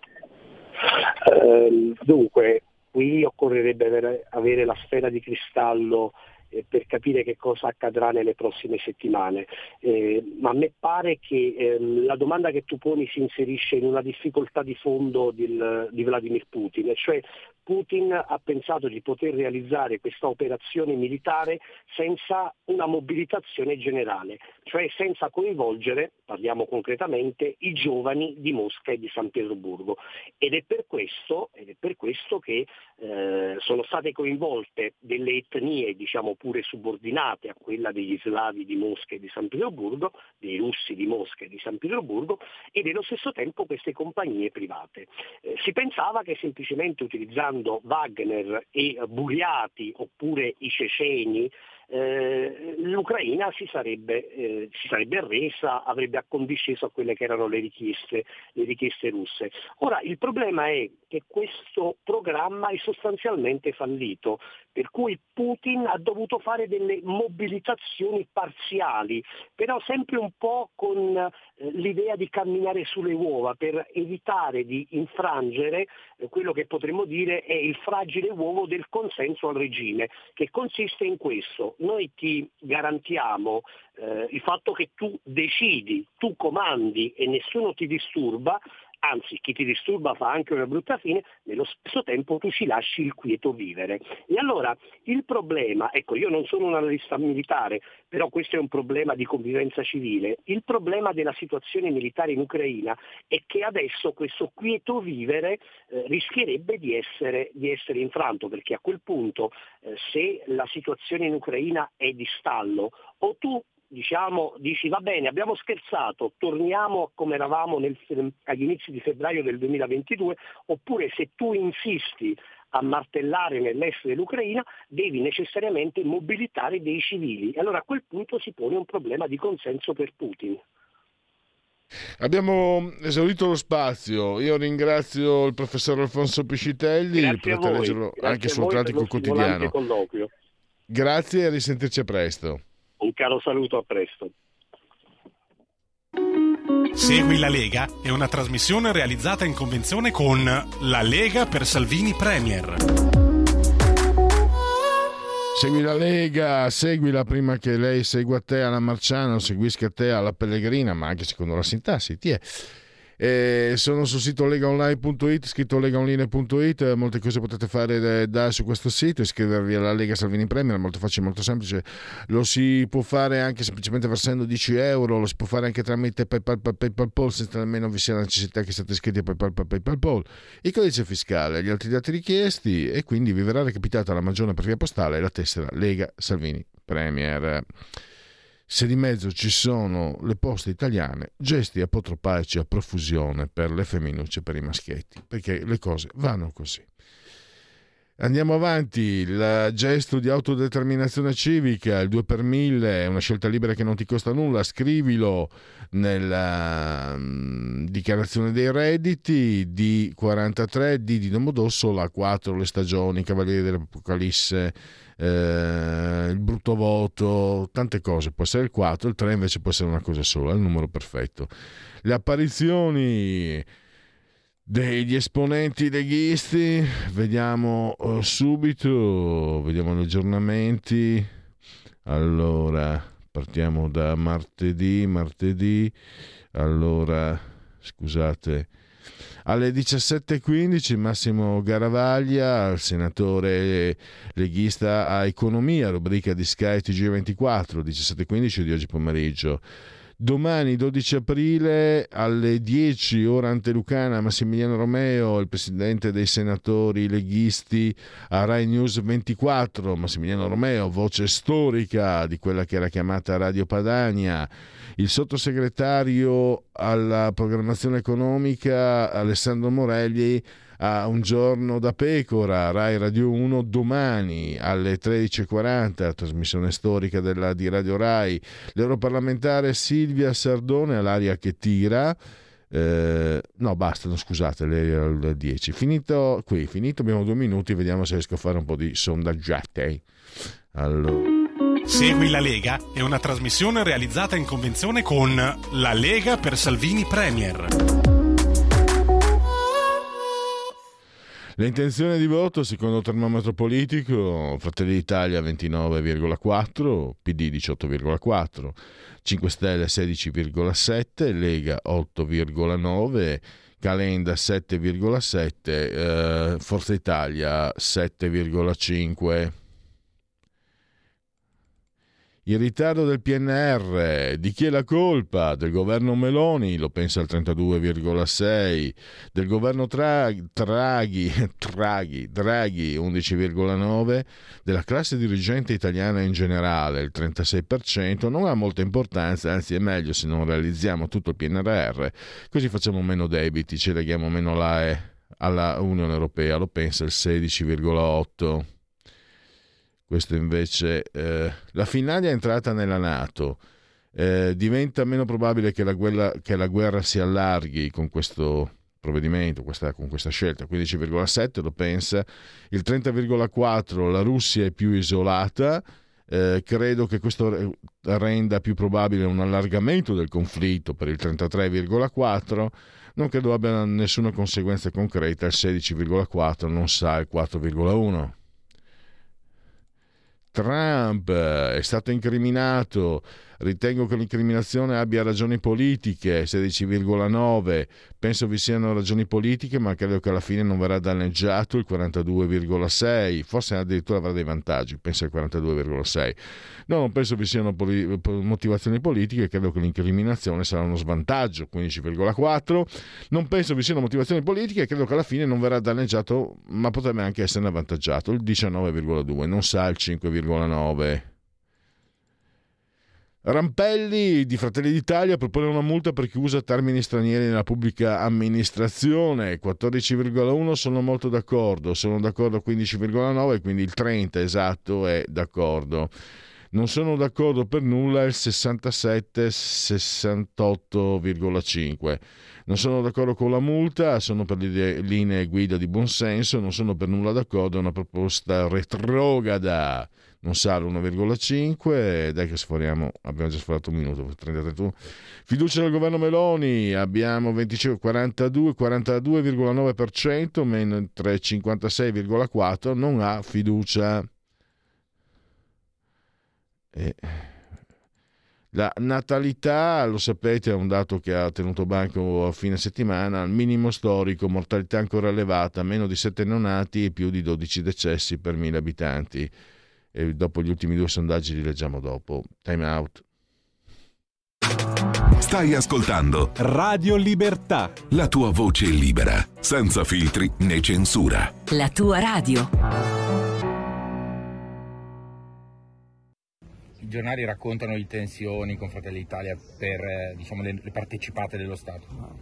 Dunque, qui occorrerebbe avere la sfera di cristallo per capire che cosa accadrà nelle prossime settimane, ma a me pare che la domanda che tu poni si inserisce in una difficoltà di fondo di Vladimir Putin, cioè Putin ha pensato di poter realizzare questa operazione militare senza una mobilitazione generale, cioè senza coinvolgere, parliamo concretamente, i giovani di Mosca e di San Pietroburgo, ed è per questo che sono state coinvolte delle etnie, diciamo, pure subordinate a quella degli slavi di Mosca e di San Pietroburgo, dei russi di Mosca e di San Pietroburgo, e nello stesso tempo queste compagnie private. Si pensava che semplicemente utilizzando Wagner e Buriati oppure i ceceni l'Ucraina si sarebbe arresa, avrebbe accondisceso a quelle che erano le richieste russe. Ora il problema è che questo programma è sostanzialmente fallito, per cui Putin ha dovuto fare delle mobilitazioni parziali, però sempre un po' con l'idea di camminare sulle uova per evitare di infrangere quello che potremmo dire è il fragile uovo del consenso al regime, che consiste in questo: noi ti garantiamo il fatto che tu decidi, tu comandi e nessuno ti disturba, anzi chi ti disturba fa anche una brutta fine, nello stesso tempo tu ci lasci il quieto vivere. E allora il problema, ecco, io non sono un analista militare, però questo è un problema di convivenza civile, il problema della situazione militare in Ucraina è che adesso questo quieto vivere rischierebbe di essere infranto, perché a quel punto se la situazione in Ucraina è di stallo, o tu dici va bene, abbiamo scherzato, torniamo come eravamo agli inizi di febbraio del 2022, oppure se tu insisti a martellare nell'est dell'Ucraina devi necessariamente mobilitare dei civili. E allora a quel punto si pone un problema di consenso per Putin. Abbiamo esaurito lo spazio. Io ringrazio il professor Alfonso Piscitelli. Potete leggerlo anche su Atlantico Quotidiano. Grazie e a risentirci presto. Un caro saluto, a presto. Segui la Lega è una trasmissione realizzata in convenzione con La Lega per Salvini Premier. Segui la Lega, seguila prima che lei segua te alla Marciano, seguisca te alla Pellegrina, ma anche secondo la sintassi. Sono sul sito legaonline.it, scritto legaonline.it, molte cose potete fare su questo sito, iscrivervi alla Lega Salvini Premier, è molto facile, molto semplice, lo si può fare anche semplicemente versando 10 euro, lo si può fare anche tramite PayPal, senza nemmeno vi sia la necessità che siate iscritti a PayPal, il codice fiscale, gli altri dati richiesti, e quindi vi verrà recapitata la magione per via postale e la tessera Lega Salvini Premier. Se di mezzo ci sono le poste italiane, gesti apotropaici a profusione per le femminucce e per i maschietti, perché le cose vanno così. Andiamo avanti, il gesto di autodeterminazione civica, il 2 per 1000, è una scelta libera che non ti costa nulla, scrivilo nella dichiarazione dei redditi, D43, D di Domodossola, la 4, le stagioni, Cavalieri dell'Apocalisse, il brutto voto, tante cose, può essere il 4, il 3 invece può essere una cosa sola, il numero perfetto. Le apparizioni degli esponenti leghisti, vediamo subito, vediamo gli aggiornamenti. Allora, partiamo da martedì, allora, scusate, alle 17.15 Massimo Garavaglia, il senatore leghista a Economia, rubrica di Sky TG24, 17.15 di oggi pomeriggio. Domani 12 aprile alle 10 ora antelucana Massimiliano Romeo, il presidente dei senatori leghisti a Rai News 24. Massimiliano Romeo, voce storica di quella che era chiamata Radio Padania. Il sottosegretario alla programmazione economica Alessandro Morelli a Un giorno da pecora, Rai Radio 1, domani alle 13.40, trasmissione storica di Radio Rai. L'europarlamentare Silvia Sardone all'aria che tira. No, basta, scusate, lei era alle 10. Finito, abbiamo 2 minuti, vediamo se riesco a fare un po' di sondaggiate. Allora. Segui la Lega è una trasmissione realizzata in convenzione con La Lega per Salvini Premier. Le intenzioni di voto secondo il termometro politico: Fratelli d'Italia 29,4, PD 18,4, 5 Stelle 16,7, Lega 8,9, Calenda 7,7, Forza Italia 7,5. Il ritardo del PNR, di chi è la colpa? Del governo Meloni, lo pensa il 32,6, del governo Draghi 11,9, della classe dirigente italiana in generale il 36%, non ha molta importanza, anzi è meglio se non realizziamo tutto il PNRR, così facciamo meno debiti, ci leghiamo meno alla Unione Europea, lo pensa il 16,8. Questo invece, la Finlandia è entrata nella NATO, diventa meno probabile che la guerra si allarghi con questo provvedimento, con questa scelta, 15,7 lo pensa, il 30,4 la Russia è più isolata, credo che questo renda più probabile un allargamento del conflitto per il 33,4, non credo abbia nessuna conseguenza concreta, il 16,4 non sa il 4,1. Trump è stato incriminato Ritengo che l'incriminazione abbia ragioni politiche, 16,9. Penso vi siano ragioni politiche, ma credo che alla fine non verrà danneggiato, il 42,6. Forse addirittura avrà dei vantaggi, penso al 42,6. No, non penso vi siano motivazioni politiche, credo che l'incriminazione sarà uno svantaggio, 15,4. Non penso vi siano motivazioni politiche, credo che alla fine non verrà danneggiato, ma potrebbe anche esserne avvantaggiato, il 19,2. Non sa il 5,9. Rampelli di Fratelli d'Italia propone una multa per chi usa termini stranieri nella pubblica amministrazione, 14,1. Sono molto d'accordo, sono d'accordo 15,9, quindi il 30 esatto è d'accordo. Non sono d'accordo per nulla il 68,5. Non sono d'accordo con la multa, sono per le linee guida di buonsenso, non sono per nulla d'accordo, è una proposta retrograda. Non sale 1,5, dai che sforiamo, abbiamo già sforato un minuto, 30-31. Fiducia del governo Meloni, abbiamo 42,9%, mentre 56,4% non ha fiducia. La natalità, lo sapete, è un dato che ha tenuto banco a fine settimana, al minimo storico, mortalità ancora elevata, meno di 7 neonati e più di 12 decessi per 1000 abitanti. E dopo gli ultimi 2 sondaggi li leggiamo dopo. Time out. Stai ascoltando Radio Libertà, la tua voce libera, senza filtri né censura. La tua radio. I giornali raccontano di tensioni con Fratelli d'Italia per le partecipate dello Stato.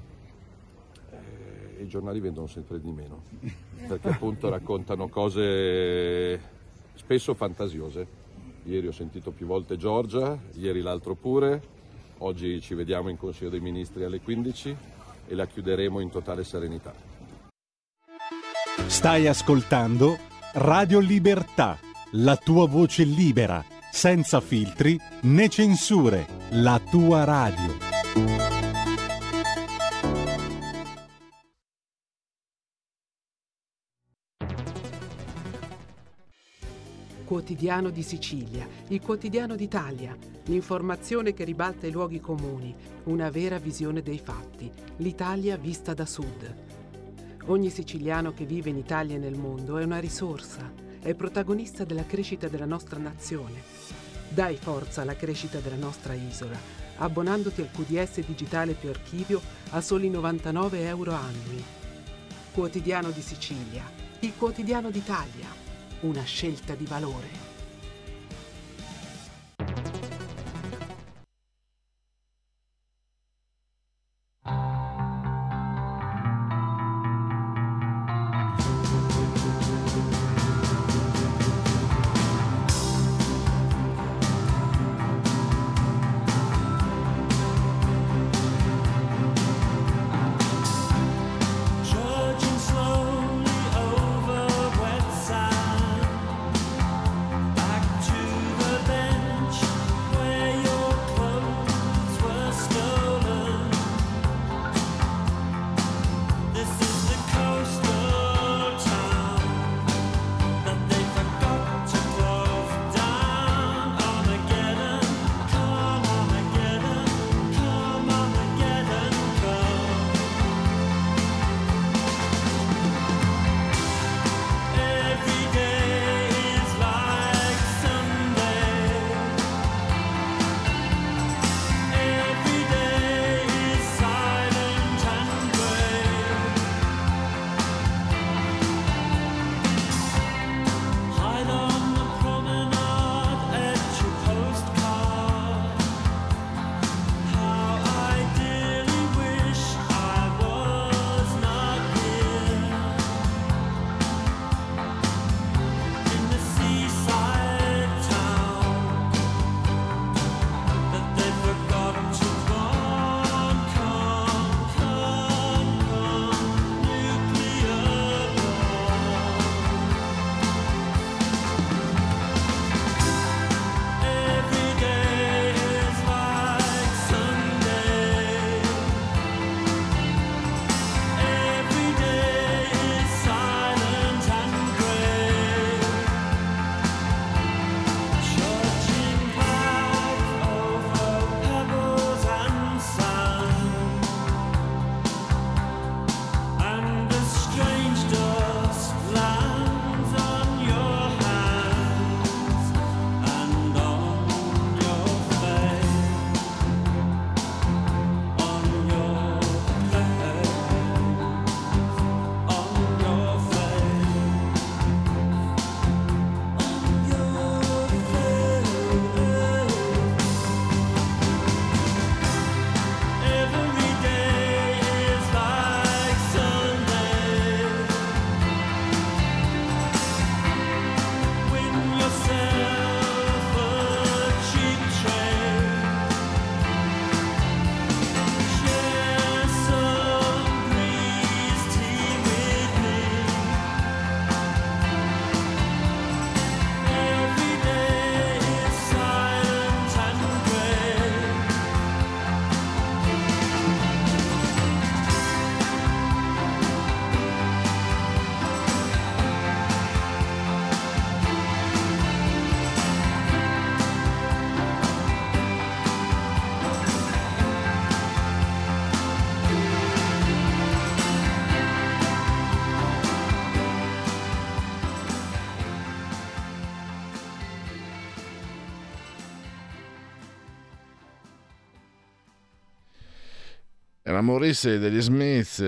I giornali vendono sempre di meno, perché appunto raccontano cose spesso fantasiose. Ieri ho sentito più volte Giorgia, ieri l'altro pure, oggi ci vediamo in Consiglio dei Ministri alle 15 e la chiuderemo in totale serenità. Stai ascoltando Radio Libertà, la tua voce libera, senza filtri né censure, la tua radio. Quotidiano di Sicilia, il quotidiano d'Italia, l'informazione che ribalta i luoghi comuni, una vera visione dei fatti, l'Italia vista da sud. Ogni siciliano che vive in Italia e nel mondo è una risorsa, è protagonista della crescita della nostra nazione. Dai forza alla crescita della nostra isola, abbonandoti al QDS digitale più archivio a soli 99 euro annui. Quotidiano di Sicilia, il quotidiano d'Italia. Una scelta di valore. Trudging slowly over wet sand. Era Morrissey degli Smith,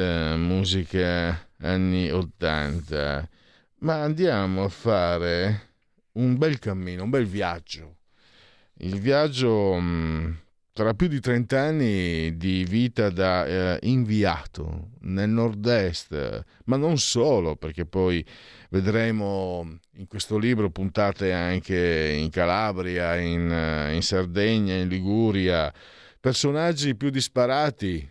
musica anni 80. Ma andiamo a fare un bel cammino, un bel viaggio. Il viaggio tra più di 30 anni di vita da inviato nel nord-est, ma non solo, perché poi vedremo in questo libro puntate anche in Calabria, in Sardegna, in Liguria, personaggi più disparati,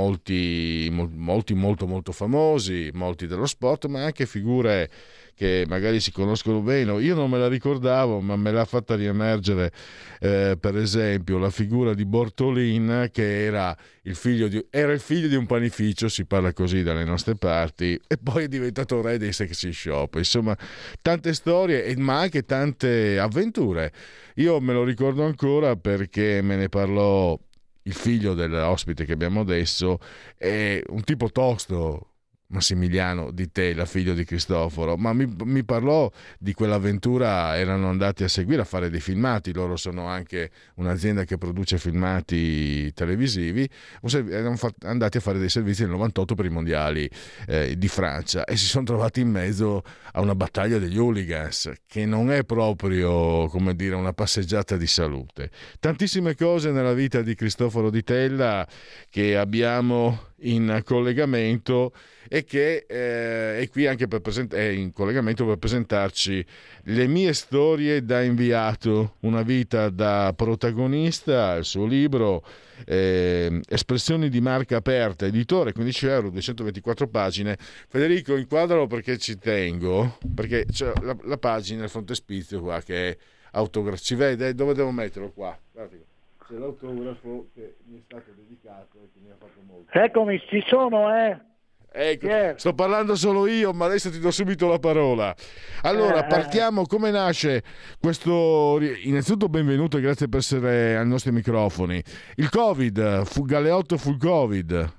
molti molto famosi, molti dello sport, ma anche figure che magari si conoscono bene. Io non me la ricordavo, ma me l'ha fatta riemergere, per esempio la figura di Bortolin, che era il figlio di un panificio, si parla così dalle nostre parti, e poi è diventato re dei sexy shop. Insomma, tante storie, ma anche tante avventure. Io me lo ricordo ancora perché me ne parlò il figlio dell'ospite che abbiamo adesso, è un tipo tosto, Massimiliano Di Tella, figlio di Cristoforo, ma mi parlò di quell'avventura. Erano andati a seguire, a fare dei filmati, loro sono anche un'azienda che produce filmati televisivi, erano andati a fare dei servizi nel 98 per i mondiali di Francia, e si sono trovati in mezzo a una battaglia degli hooligans, che non è proprio, come dire, una passeggiata di salute. Tantissime cose nella vita di Cristoforo Di Tella che abbiamo in collegamento, e che è qui anche è in collegamento per presentarci le mie storie da inviato, una vita da protagonista, il suo libro Espressioni di marca aperta, editore, 15 euro, 224 pagine. Federico, inquadralo perché ci tengo, perché c'è la pagina, il frontespizio qua che è autografo, si vede dove devo metterlo qua. Guardate, c'è l'autografo che mi è stato dedicato e che mi ha fatto molto. Eccomi, ci sono, Ecco, sto parlando solo io, ma adesso ti do subito la parola. Allora, partiamo. Come nasce questo? Innanzitutto benvenuto e grazie per essere ai nostri microfoni. Il Covid, Galeotto fu il Covid.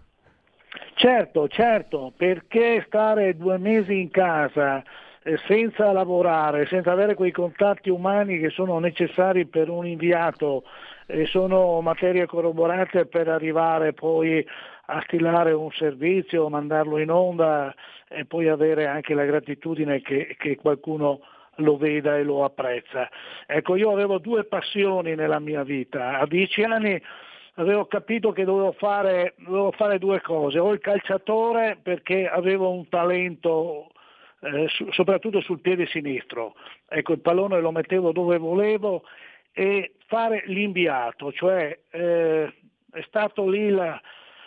Certo, perché stare 2 mesi in casa senza lavorare, senza avere quei contatti umani che sono necessari per un inviato, e sono materie corroborate per arrivare poi a stilare un servizio, mandarlo in onda e poi avere anche la gratitudine che qualcuno lo veda e lo apprezza. Ecco, io avevo 2 passioni nella mia vita. A 10 anni avevo capito che dovevo fare 2 cose: o il calciatore, perché avevo un talento soprattutto sul piede sinistro, ecco, il pallone lo mettevo dove volevo, e fare l'inviato, cioè è stato lì la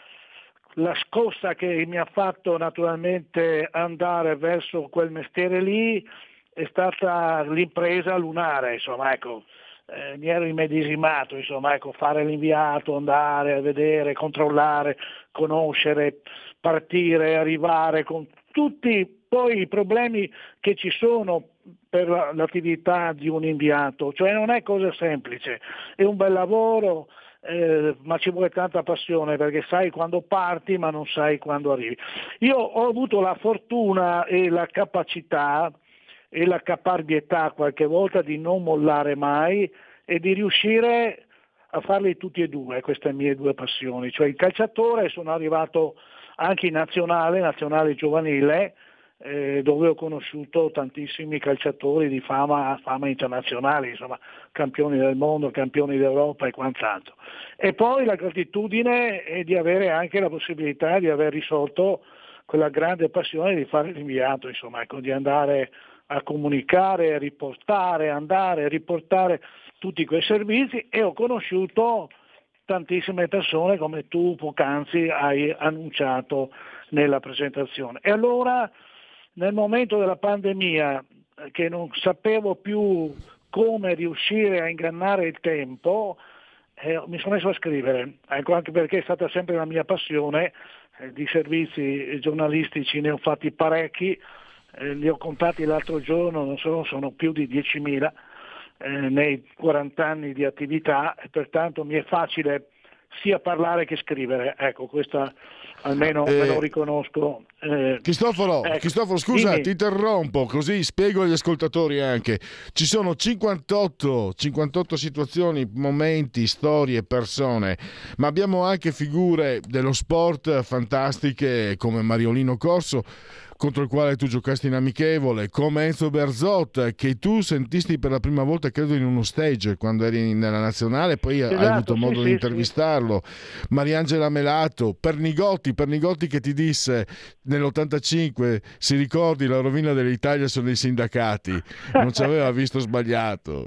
scossa che mi ha fatto naturalmente andare verso quel mestiere lì, è stata l'impresa lunare, insomma, ecco. Mi ero immedesimato, insomma, ecco, fare l'inviato, andare a vedere, controllare, conoscere, partire, arrivare, con tutti poi i problemi che ci sono per l'attività di un inviato, cioè non è cosa semplice, è un bel lavoro, ma ci vuole tanta passione, perché sai quando parti ma non sai quando arrivi. Io ho avuto la fortuna e la capacità e la caparbietà qualche volta di non mollare mai e di riuscire a farli tutti e due, queste mie 2 passioni, cioè il calciatore. Sono arrivato anche in nazionale giovanile, dove ho conosciuto tantissimi calciatori di fama internazionale, insomma, campioni del mondo, campioni d'Europa e quant'altro. E poi la gratitudine è di avere anche la possibilità di aver risolto quella grande passione di fare l'inviato, insomma, ecco, di andare a comunicare, andare a riportare tutti quei servizi, e ho conosciuto tantissime persone come tu poc'anzi hai annunciato nella presentazione. E allora, nel momento della pandemia, che non sapevo più come riuscire a ingannare il tempo, mi sono messo a scrivere, ecco, anche perché è stata sempre la mia passione. Di servizi giornalistici ne ho fatti parecchi, li ho contati l'altro giorno, non so, sono più di 10.000 nei 40 anni di attività, e pertanto mi è facile sia parlare che scrivere, ecco, questa almeno me lo riconosco, Cristoforo, scusa, dimmi. ti interrompo, così spiego agli ascoltatori anche. Ci sono 58 situazioni, momenti, storie, persone, ma abbiamo anche figure dello sport fantastiche come Mariolino Corso, contro il quale tu giocasti in amichevole, come Enzo Berzot, che tu sentisti per la prima volta credo in uno stage quando eri nella nazionale, poi hai avuto modo di intervistarlo. Mariangela Melato, Pernigotti che ti disse nell'85, si ricordi, la rovina dell'Italia sono i sindacati, non ci aveva visto sbagliato.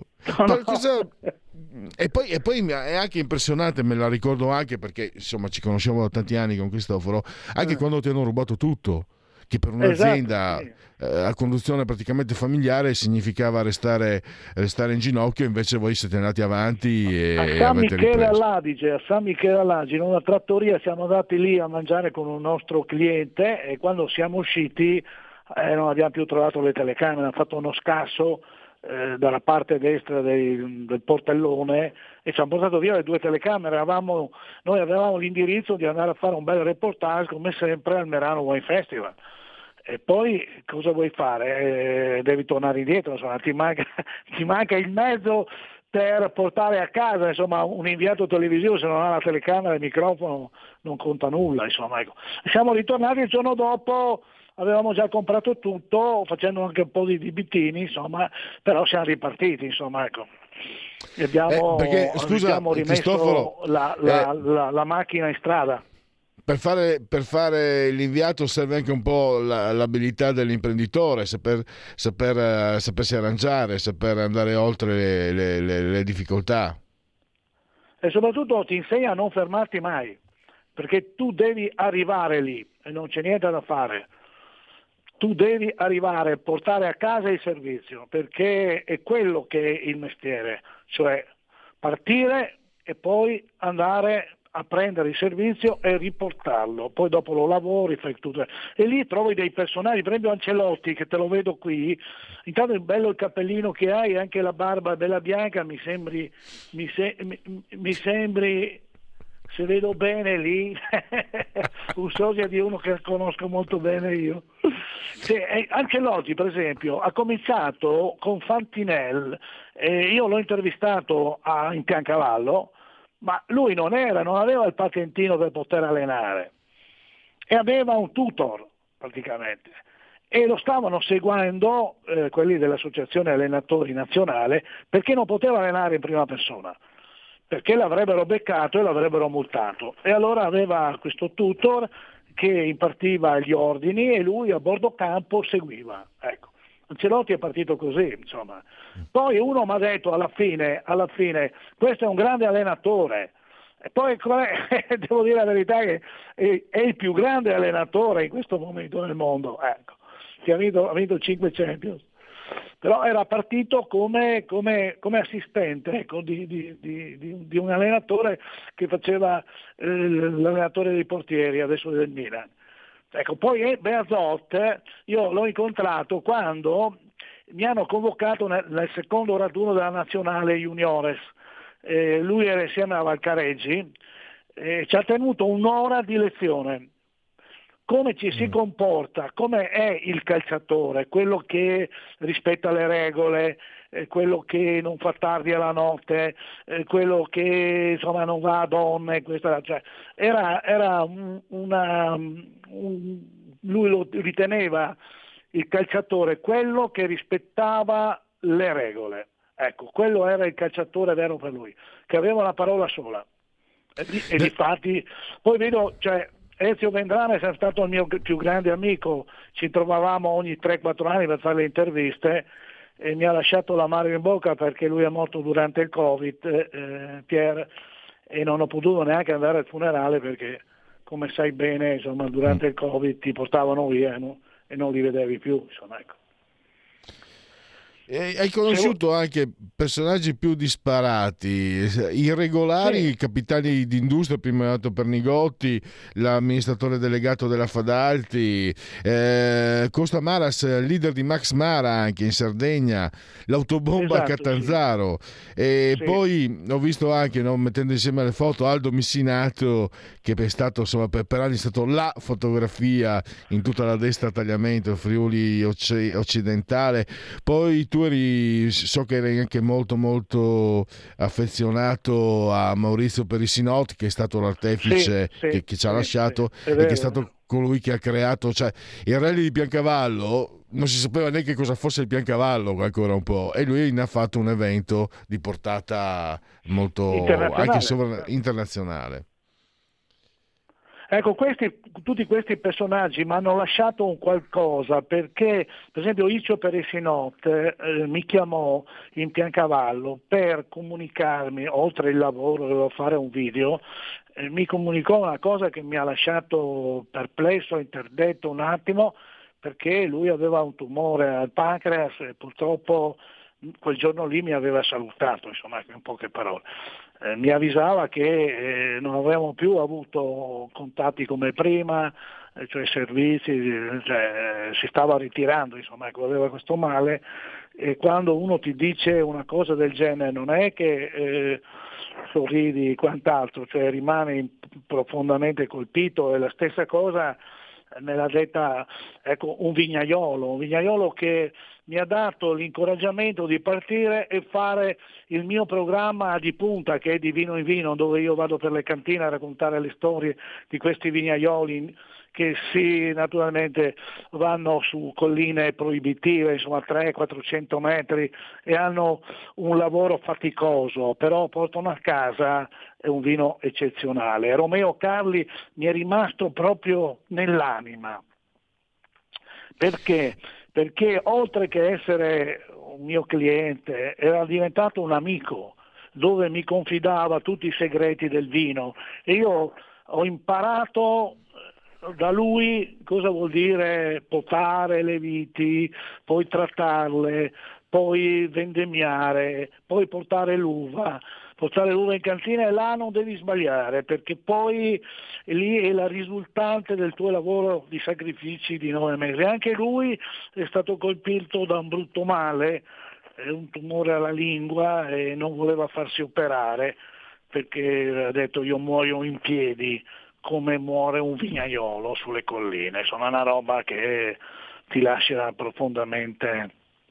E poi è anche impressionante, me la ricordo anche perché insomma ci conosciamo da tanti anni con Cristoforo, anche quando ti hanno rubato tutto, che per un'azienda a conduzione praticamente familiare significava restare in ginocchio, invece voi siete andati avanti e a San Michele all'Adige, in una trattoria siamo andati lì a mangiare con un nostro cliente e quando siamo usciti non abbiamo più trovato le telecamere, hanno fatto uno scasso dalla parte destra del portellone e ci hanno portato via le 2 telecamere. Noi avevamo l'indirizzo di andare a fare un bel reportage come sempre al Merano Wine Festival. E poi cosa vuoi fare? Devi tornare indietro, insomma, ti manca il mezzo per portare a casa, insomma, un inviato televisivo se non ha la telecamera e il microfono non conta nulla, insomma, ecco. Siamo ritornati il giorno dopo, avevamo già comprato tutto, facendo anche un po' di bitini, insomma, però siamo ripartiti, insomma, ecco. E abbiamo rimesso la macchina in strada. Per fare l'inviato serve anche un po' l'abilità dell'imprenditore, sapersi arrangiare, saper andare oltre le difficoltà. E soprattutto ti insegna a non fermarti mai, perché tu devi arrivare lì e non c'è niente da fare. Tu devi arrivare, portare a casa il servizio, perché è quello che è il mestiere, cioè partire e poi andare a prendere il servizio e riportarlo, poi dopo lo lavori, fai tutto. E lì trovi dei personaggi, per esempio Ancelotti, che te lo vedo qui, intanto è bello il cappellino che hai, anche la barba è bella bianca, mi sembri, se vedo bene lì, un sosia di uno che conosco molto bene io. Ancelotti, per esempio, ha cominciato con Fantinel, io l'ho intervistato in Piancavallo, ma lui non aveva il patentino per poter allenare e aveva un tutor praticamente e lo stavano seguendo quelli dell'associazione allenatori nazionale perché non poteva allenare in prima persona, perché l'avrebbero beccato e l'avrebbero multato, e allora aveva questo tutor che impartiva gli ordini e lui a bordo campo seguiva, ecco. Ancelotti è partito così, insomma. Poi uno mi ha detto alla fine, questo è un grande allenatore. E poi devo dire la verità che è il più grande allenatore in questo momento nel mondo, ecco. Che ha vinto 5 Champions. Però era partito come assistente, ecco, di un allenatore che faceva l'allenatore dei portieri, adesso del Milan. Ecco, poi Bearzot io l'ho incontrato quando mi hanno convocato nel secondo raduno della nazionale juniores, lui era insieme a Valcareggi, ci ha tenuto un'ora di lezione, come ci si comporta, come è il calciatore, quello che rispetta le regole, quello che non fa tardi alla notte, quello che insomma non va a donne, cioè, era lui lo riteneva il calciatore quello che rispettava le regole, ecco, quello era il calciatore vero per lui, che aveva una parola sola e difatti poi vedo, cioè Ezio Vendrame è stato il mio più grande amico, ci trovavamo ogni 3-4 anni per fare le interviste e mi ha lasciato l'amaro in bocca perché lui è morto durante il Covid, Pierre, e non ho potuto neanche andare al funerale perché, come sai bene, insomma, durante il Covid ti portavano via, no? E non li vedevi più, insomma, ecco. Hai conosciuto anche personaggi più disparati, irregolari, capitani d'industria, prima è nato Pernigotti, l'amministratore delegato della Fadalti, Costa Maras, leader di Max Mara anche in Sardegna, l'autobomba a Catanzaro, e poi ho visto anche, mettendo insieme le foto, Aldo Missinato, che è stato, insomma, per anni è stato la fotografia in tutta la destra tagliamento, Friuli occidentale. Poi tu so che eri anche molto molto affezionato a Maurizio Perissinotti, che è stato l'artefice che ci ha lasciato, e che è stato colui che ha creato, cioè, il rally di Piancavallo. Non si sapeva neanche cosa fosse il Piancavallo ancora un po', e lui ne ha fatto un evento di portata molto anche internazionale. Ecco, tutti questi personaggi mi hanno lasciato un qualcosa, perché per esempio Icio Perissinot mi chiamò in Piancavallo per comunicarmi, oltre il lavoro, dovevo fare un video, mi comunicò una cosa che mi ha lasciato perplesso, interdetto un attimo, perché lui aveva un tumore al pancreas e purtroppo quel giorno lì mi aveva salutato, insomma, in poche parole. Mi avvisava che non avevamo più avuto contatti come prima, cioè servizi, si stava ritirando, insomma, aveva questo male, e quando uno ti dice una cosa del genere non è che sorridi quant'altro, cioè rimani profondamente colpito. E la stessa cosa me l'ha detta, un vignaiolo che mi ha dato l'incoraggiamento di partire e fare il mio programma di punta, che è di Vino in Vino, dove io vado per le cantine a raccontare le storie di questi vignaioli che naturalmente vanno su colline proibitive, insomma 300-400 metri, e hanno un lavoro faticoso, però portano a casa un vino eccezionale. Romeo Carli mi è rimasto proprio nell'anima. Perché? Perché oltre che essere un mio cliente, era diventato un amico, dove mi confidava tutti i segreti del vino, e io ho imparato da lui cosa vuol dire potare le viti, poi trattarle, poi vendemmiare, poi portare l'uva in cantina, e là non devi sbagliare, perché poi lì è la risultante del tuo lavoro di sacrifici di 9 mesi. Anche lui è stato colpito da un brutto male, un tumore alla lingua, e non voleva farsi operare perché ha detto: io muoio in piedi come muore un vignaiolo sulle colline. Insomma, una roba che ti lascia profondamente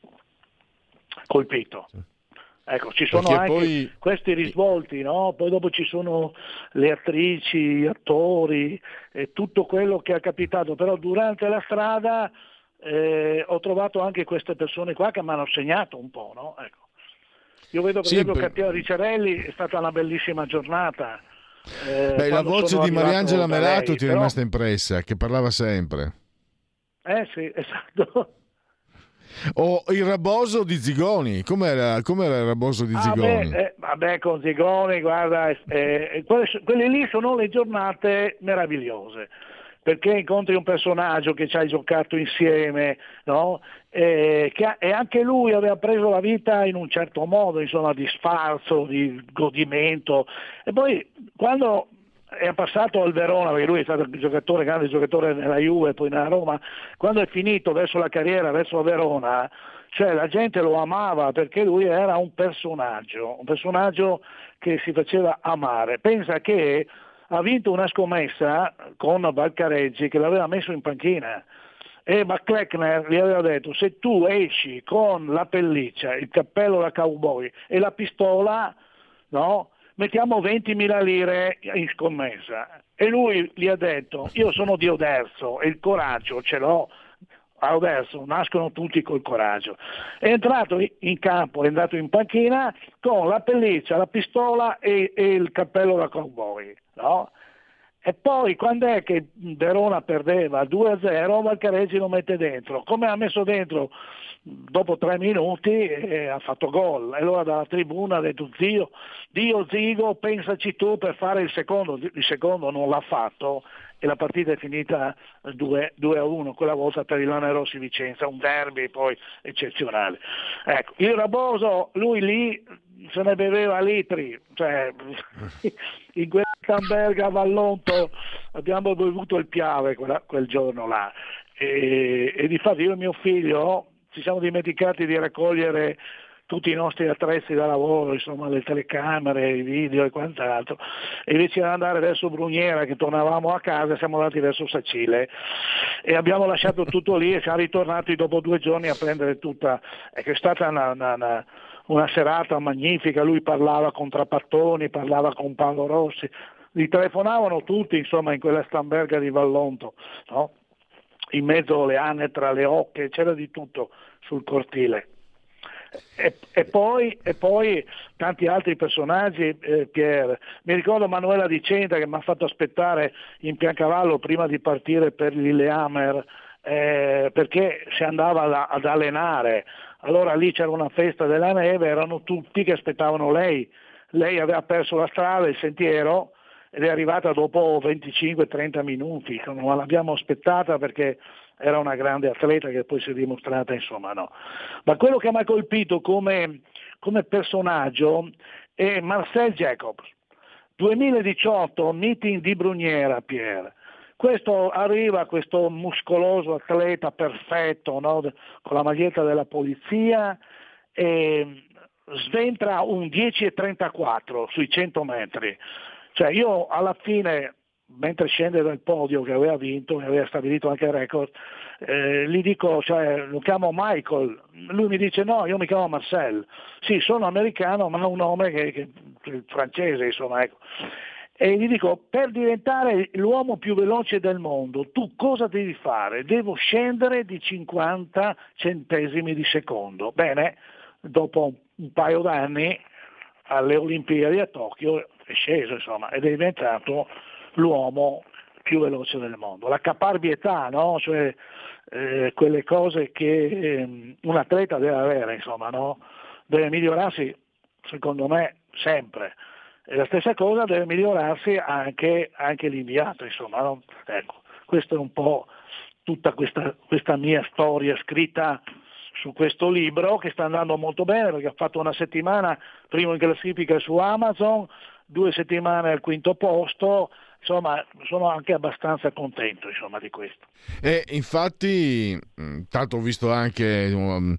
colpito. Ecco, ci sono perché anche poi questi risvolti, no? Poi dopo ci sono le attrici, gli attori, e tutto quello che è capitato, però durante la strada ho trovato anche queste persone qua che mi hanno segnato un po', no? Ecco. Io vedo per esempio Cattiva Ricciarelli, è stata una bellissima giornata. La voce di Mariangela Melato ti è rimasta impressa, che parlava sempre. Sì, esatto. O il Raboso di Zigoni, com'era il Raboso di Zigoni? Vabbè, con Zigoni, guarda, quelle lì sono le giornate meravigliose, perché incontri un personaggio che ci hai giocato insieme, no? E anche lui aveva preso la vita in un certo modo, insomma, di sfarzo, di godimento, e poi quando è passato al Verona, perché lui è stato grande giocatore nella Juve, poi nella Roma, quando è finito verso la carriera, verso la Verona, cioè la gente lo amava perché lui era un personaggio che si faceva amare. Pensa che ha vinto una scommessa con Valcareggi, che l'aveva messo in panchina, e McClechner gli aveva detto: se tu esci con la pelliccia, il cappello da cowboy e la pistola, no? Mettiamo 20.000 lire in scommessa. E lui gli ha detto: io sono di Oderzo e il coraggio ce l'ho, a Oderzo nascono tutti col coraggio. È entrato in campo, è andato in panchina con la pelliccia, la pistola e il cappello da cowboy, no? E poi quando è che Verona perdeva 2-0, Valcareggi lo mette dentro. Come ha messo dentro dopo 3 minuti, ha fatto gol. E allora dalla tribuna ha detto: Dio Zigo, pensaci tu per fare il secondo. Il secondo non l'ha fatto, e la partita è finita 2-1, quella volta per il Lanerossi Vicenza, un derby poi eccezionale. Ecco, il Raboso, lui lì se ne beveva litri, cioè in quella Stamberga a Vallonto abbiamo bevuto il Piave quel giorno là, e difatti io e mio figlio ci siamo dimenticati di raccogliere tutti i nostri attrezzi da lavoro, insomma le telecamere, i video e quant'altro, e invece di andare verso Bruniera, che tornavamo a casa, siamo andati verso Sacile e abbiamo lasciato tutto lì e siamo ritornati dopo 2 giorni a prendere tutta. È stata una serata magnifica, lui parlava con Trapattoni, parlava con Paolo Rossi, gli telefonavano tutti, insomma, in quella Stamberga di Vallonto, no? In mezzo alle Anetra, le Ocche, c'era di tutto sul cortile. E poi tanti altri personaggi, Pier. Mi ricordo Manuela Di Centa che mi ha fatto aspettare in Piancavallo prima di partire per Lillehammer, perché si andava ad allenare. Allora lì c'era una festa della neve, erano tutti che aspettavano lei. Lei aveva perso la strada, il sentiero, ed è arrivata dopo 25-30 minuti. Non l'abbiamo aspettata perché era una grande atleta che poi si è dimostrata, insomma, no. Ma quello che mi ha colpito come personaggio è Marcel Jacobs. 2018, meeting di Bruniera, Pier. Questo muscoloso atleta perfetto, no? Con la maglietta della polizia, e sventra un 10,34 sui 100 metri. Cioè io alla fine, mentre scende dal podio che aveva vinto, che aveva stabilito anche il record, gli dico, cioè, lo chiamo Michael, lui mi dice no, io mi chiamo Marcel, sì, sono americano ma ho un nome che francese, insomma, ecco. E gli dico, per diventare l'uomo più veloce del mondo, tu cosa devi fare? Devo scendere di 50 centesimi di secondo. Bene, dopo un paio d'anni alle Olimpiadi a Tokyo è sceso, insomma, ed è diventato l'uomo più veloce del mondo. La caparbietà, no? Cioè quelle cose che un atleta deve avere, insomma, no? Deve migliorarsi, secondo me, sempre. E la stessa cosa deve migliorarsi anche l'inviato, insomma, no? Ecco, questa è un po' tutta questa mia storia scritta su questo libro, che sta andando molto bene perché ha fatto una settimana primo in classifica su Amazon, 2 settimane al 5° posto, insomma sono anche abbastanza contento, insomma, di questo. E infatti, tanto ho visto anche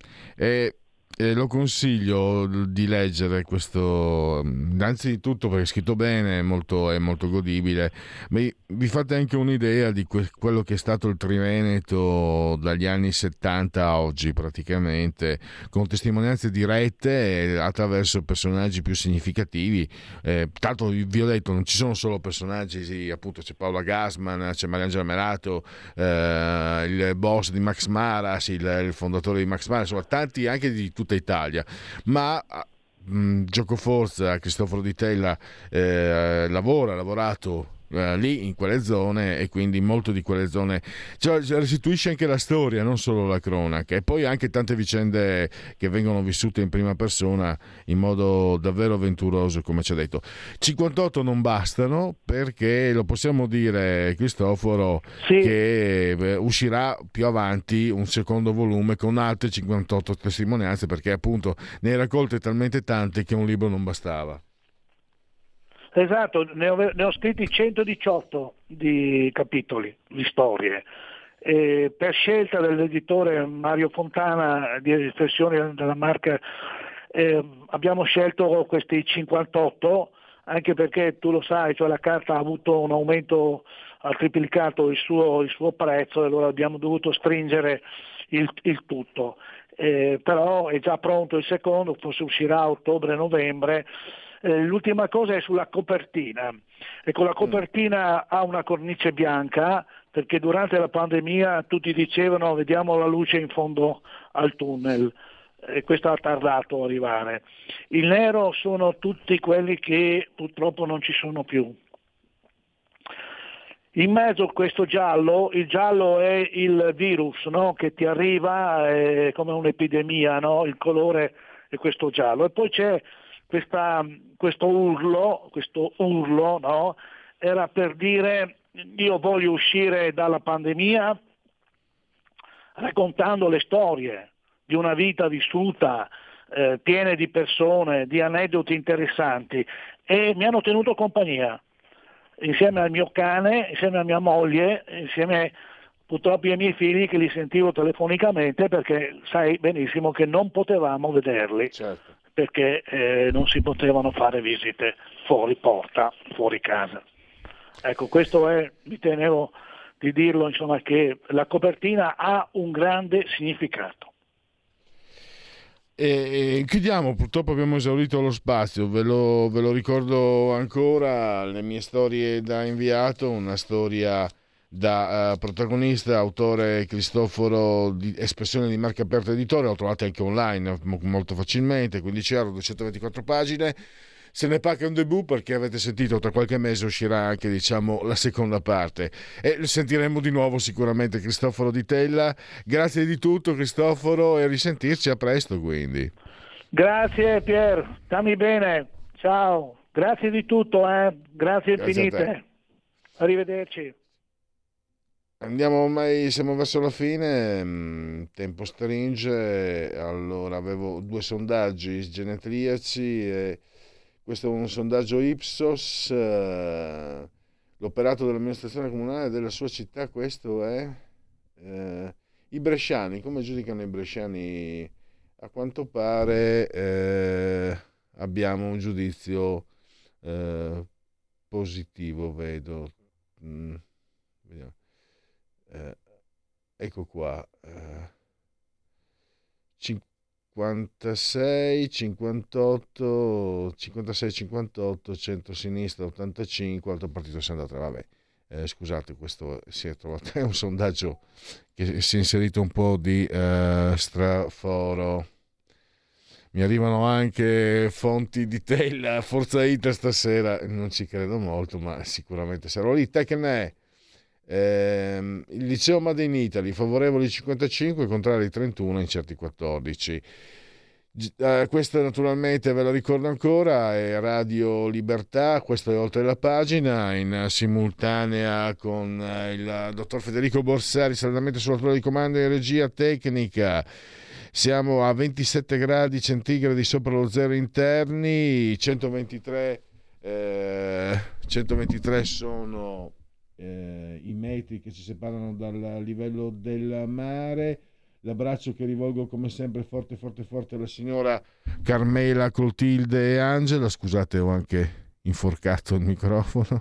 lo consiglio di leggere questo, innanzitutto perché è scritto bene, è molto godibile, ma vi fate anche un'idea di quello che è stato il Triveneto dagli anni 70 a oggi, praticamente, con testimonianze dirette attraverso personaggi più significativi. Tanto vi ho detto, non ci sono solo personaggi, sì, appunto c'è Paola Gassman, c'è Mariangela Merato, il boss di Max Maras, il fondatore di Max Maras, insomma tanti anche di tutta Italia, ma Giocoforza, Cristoforo Di Tella ha lavorato lì in quelle zone, e quindi molto di quelle zone, cioè, restituisce anche la storia, non solo la cronaca, e poi anche tante vicende che vengono vissute in prima persona in modo davvero avventuroso, come ci ha detto. 58 non bastano, perché lo possiamo dire, Cristoforo, sì, che uscirà più avanti un secondo volume con altre 58 testimonianze, perché appunto ne hai raccolte talmente tante che un libro non bastava. Esatto, ne ho scritti 118 di capitoli, di storie. Per scelta dell'editore Mario Fontana di Espressioni della Marca abbiamo scelto questi 58, anche perché tu lo sai, cioè la carta ha avuto un aumento, ha triplicato il suo prezzo, e allora abbiamo dovuto stringere il tutto. Però è già pronto il secondo, forse uscirà a ottobre-novembre. L'ultima cosa è sulla copertina. Ecco, la copertina ha una cornice bianca, perché durante la pandemia tutti dicevano vediamo la luce in fondo al tunnel, e questo ha tardato a arrivare. Il nero sono tutti quelli che purtroppo non ci sono più. In mezzo questo giallo, il giallo è il virus, no? Che ti arriva come un'epidemia, no? Il colore è questo giallo, e poi c'è questo urlo, no? Era per dire io voglio uscire dalla pandemia raccontando le storie di una vita vissuta, piene di persone, di aneddoti interessanti, e mi hanno tenuto compagnia insieme al mio cane, insieme a mia moglie, insieme purtroppo ai miei figli, che li sentivo telefonicamente, perché sai benissimo che non potevamo vederli, certo, perché non si potevano fare visite fuori porta, fuori casa. Ecco, questo mi tenevo di dirlo, insomma, che la copertina ha un grande significato. E chiudiamo, purtroppo abbiamo esaurito lo spazio, ve lo ricordo ancora, le mie storie da inviato, una storia da protagonista, autore Cristoforo, di Espressione di Marca Aperta Editore, lo trovate anche online molto facilmente, 15 euro, 224 pagine. Se ne pacca un debut, perché avete sentito, tra qualche mese uscirà anche, diciamo, la seconda parte, e sentiremo di nuovo sicuramente Cristoforo Di Tella. Grazie di tutto, Cristoforo, e a risentirci a presto, quindi. Grazie Pier, stammi bene, ciao, grazie di tutto, grazie infinite, arrivederci. Andiamo, ormai siamo verso la fine, tempo stringe. Allora, avevo 2 sondaggi genetriaci e questo è un sondaggio Ipsos, l'operato dell'amministrazione comunale della sua città. Questo è i bresciani, come giudicano i bresciani? A quanto pare abbiamo un giudizio positivo, vedo. Vediamo. Ecco qua, 56, 58, 56, 58, centro-sinistra 85, altro partito si è andato, vabbè. Scusate, questo si è trovato, è un sondaggio che si è inserito un po' di straforo. Mi arrivano anche fonti di Tella, Forza Inter stasera, non ci credo molto, ma sicuramente sarò lì. Te che ne è? Il liceo Made in Italy, favorevoli 55, contrari 31, incerti 14. Questa naturalmente ve la ricordo ancora, è Radio Libertà, questo è Oltre la pagina, in simultanea con il dottor Federico Borsari, saldamente sulla torre di comando in regia tecnica. Siamo a 27 gradi centigradi sopra lo zero interni, 123 sono i metri che ci separano dal livello del mare. L'abbraccio che rivolgo come sempre forte forte forte alla signora Carmela, Clotilde e Angela. Scusate, ho anche inforcato il microfono.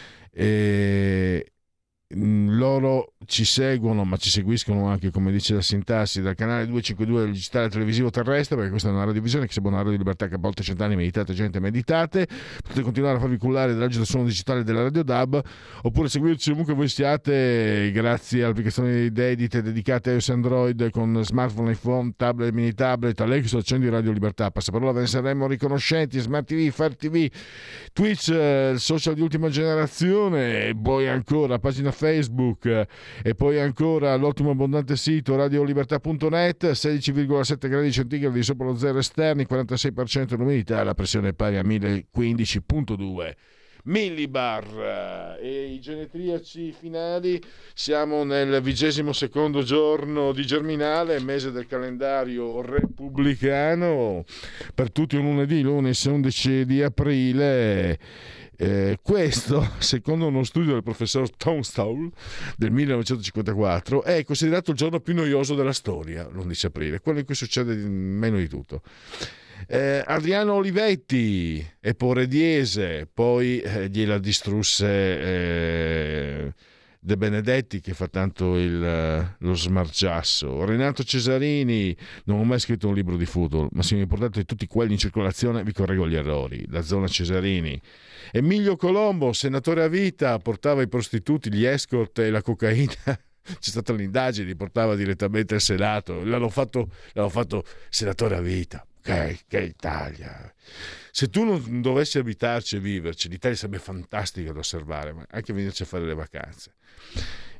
Loro ci seguono, ma ci seguiscono anche, come dice la sintassi, dal canale 252 del digitale televisivo terrestre, perché questa è una radiovisione che sembra una radio di libertà che a volte 100 anni meditate, gente meditate. Potete continuare a farvi cullare dall'agito suono digitale della Radio DAB, oppure seguirci ovunque voi siate grazie alle applicazioni dedicate a iOS e Android con smartphone, iPhone, tablet, mini tablet. Alexa, accendi Radio Libertà, passaparola, ve ne saremo riconoscenti. Smart TV, Fire TV, Twitch, il social di ultima generazione, e poi ancora pagina Facebook, e poi ancora l'ottimo abbondante sito radiolibertà.net. 16,7 gradi centigradi sopra lo zero esterni, 46% l'umidità, la pressione è pari a 1015,2 millibar. E i genetriaci finali, siamo nel 22° giorno di Germinale, mese del calendario repubblicano, per tutti un lunedì 11 di aprile. Questo, secondo uno studio del professor Tunstall del 1954, è considerato il giorno più noioso della storia, l'11 aprile, quello in cui succede meno di tutto. Adriano Olivetti e Porediese, poi gliela distrusse De Benedetti, che fa tanto lo smargiasso. Renato Cesarini, non ho mai scritto un libro di football, ma se mi portate di tutti quelli in circolazione vi correggo gli errori. La zona Cesarini. Emilio Colombo, senatore a vita, portava i prostituti, gli escort e la cocaina. C'è stata l'indagine, li portava direttamente al Senato. L'hanno fatto senatore a vita. Che Italia! Se tu non dovessi abitarci e viverci, l'Italia sarebbe fantastica da osservare, ma anche venirci a fare le vacanze.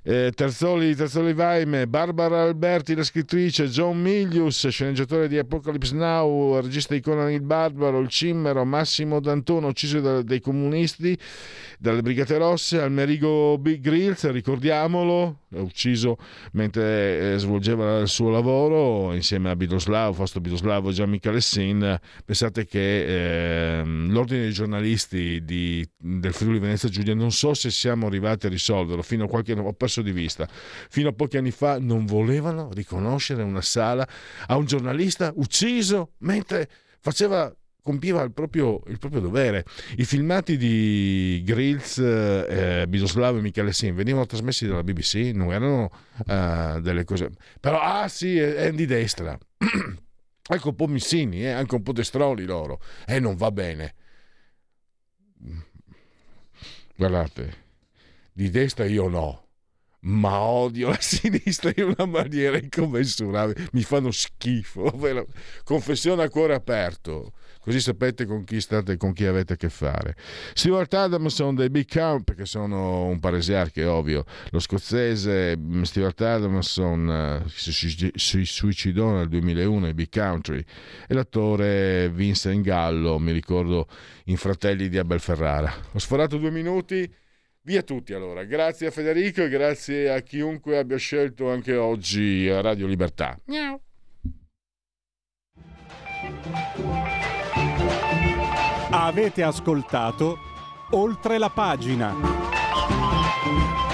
Terzoli Vaime, Barbara Alberti, la scrittrice, John Milius, sceneggiatore di Apocalypse Now, regista di Conan il Barbaro, il Cimmero, Massimo D'Antona, ucciso dai comunisti, dalle Brigate Rosse, Almerigo Grills, ricordiamolo, ucciso mentre svolgeva il suo lavoro insieme a Fausto Biloslavo e Gian Michele Sin. Pensate che l'ordine dei giornalisti del Friuli Venezia Giulia, non so se siamo arrivati a risolverlo, ho perso di vista, fino a pochi anni fa non volevano riconoscere una sala a un giornalista ucciso mentre compiva il proprio dovere. I filmati di Grills, Biloslavo e Michele Sin venivano trasmessi dalla BBC, non erano delle cose, però sì, è di destra anche un po' Missini, anche un po' Destroli loro, non va bene. Guardate, di destra io no, ma odio la sinistra in una maniera incommensurabile, mi fanno schifo. Confessione a cuore aperto, così sapete con chi avete a che fare. Stewart Adamson dei Big Country, perché sono un paresiarche, ovvio. Lo scozzese Stewart Adamson si suicidò nel 2001 ai Big Country, e l'attore Vincent Gallo, mi ricordo in Fratelli di Abel Ferrara. Ho sforato 2 minuti. Via tutti allora, grazie a Federico e grazie a chiunque abbia scelto anche oggi a Radio Libertà. Miau. Avete ascoltato Oltre la pagina.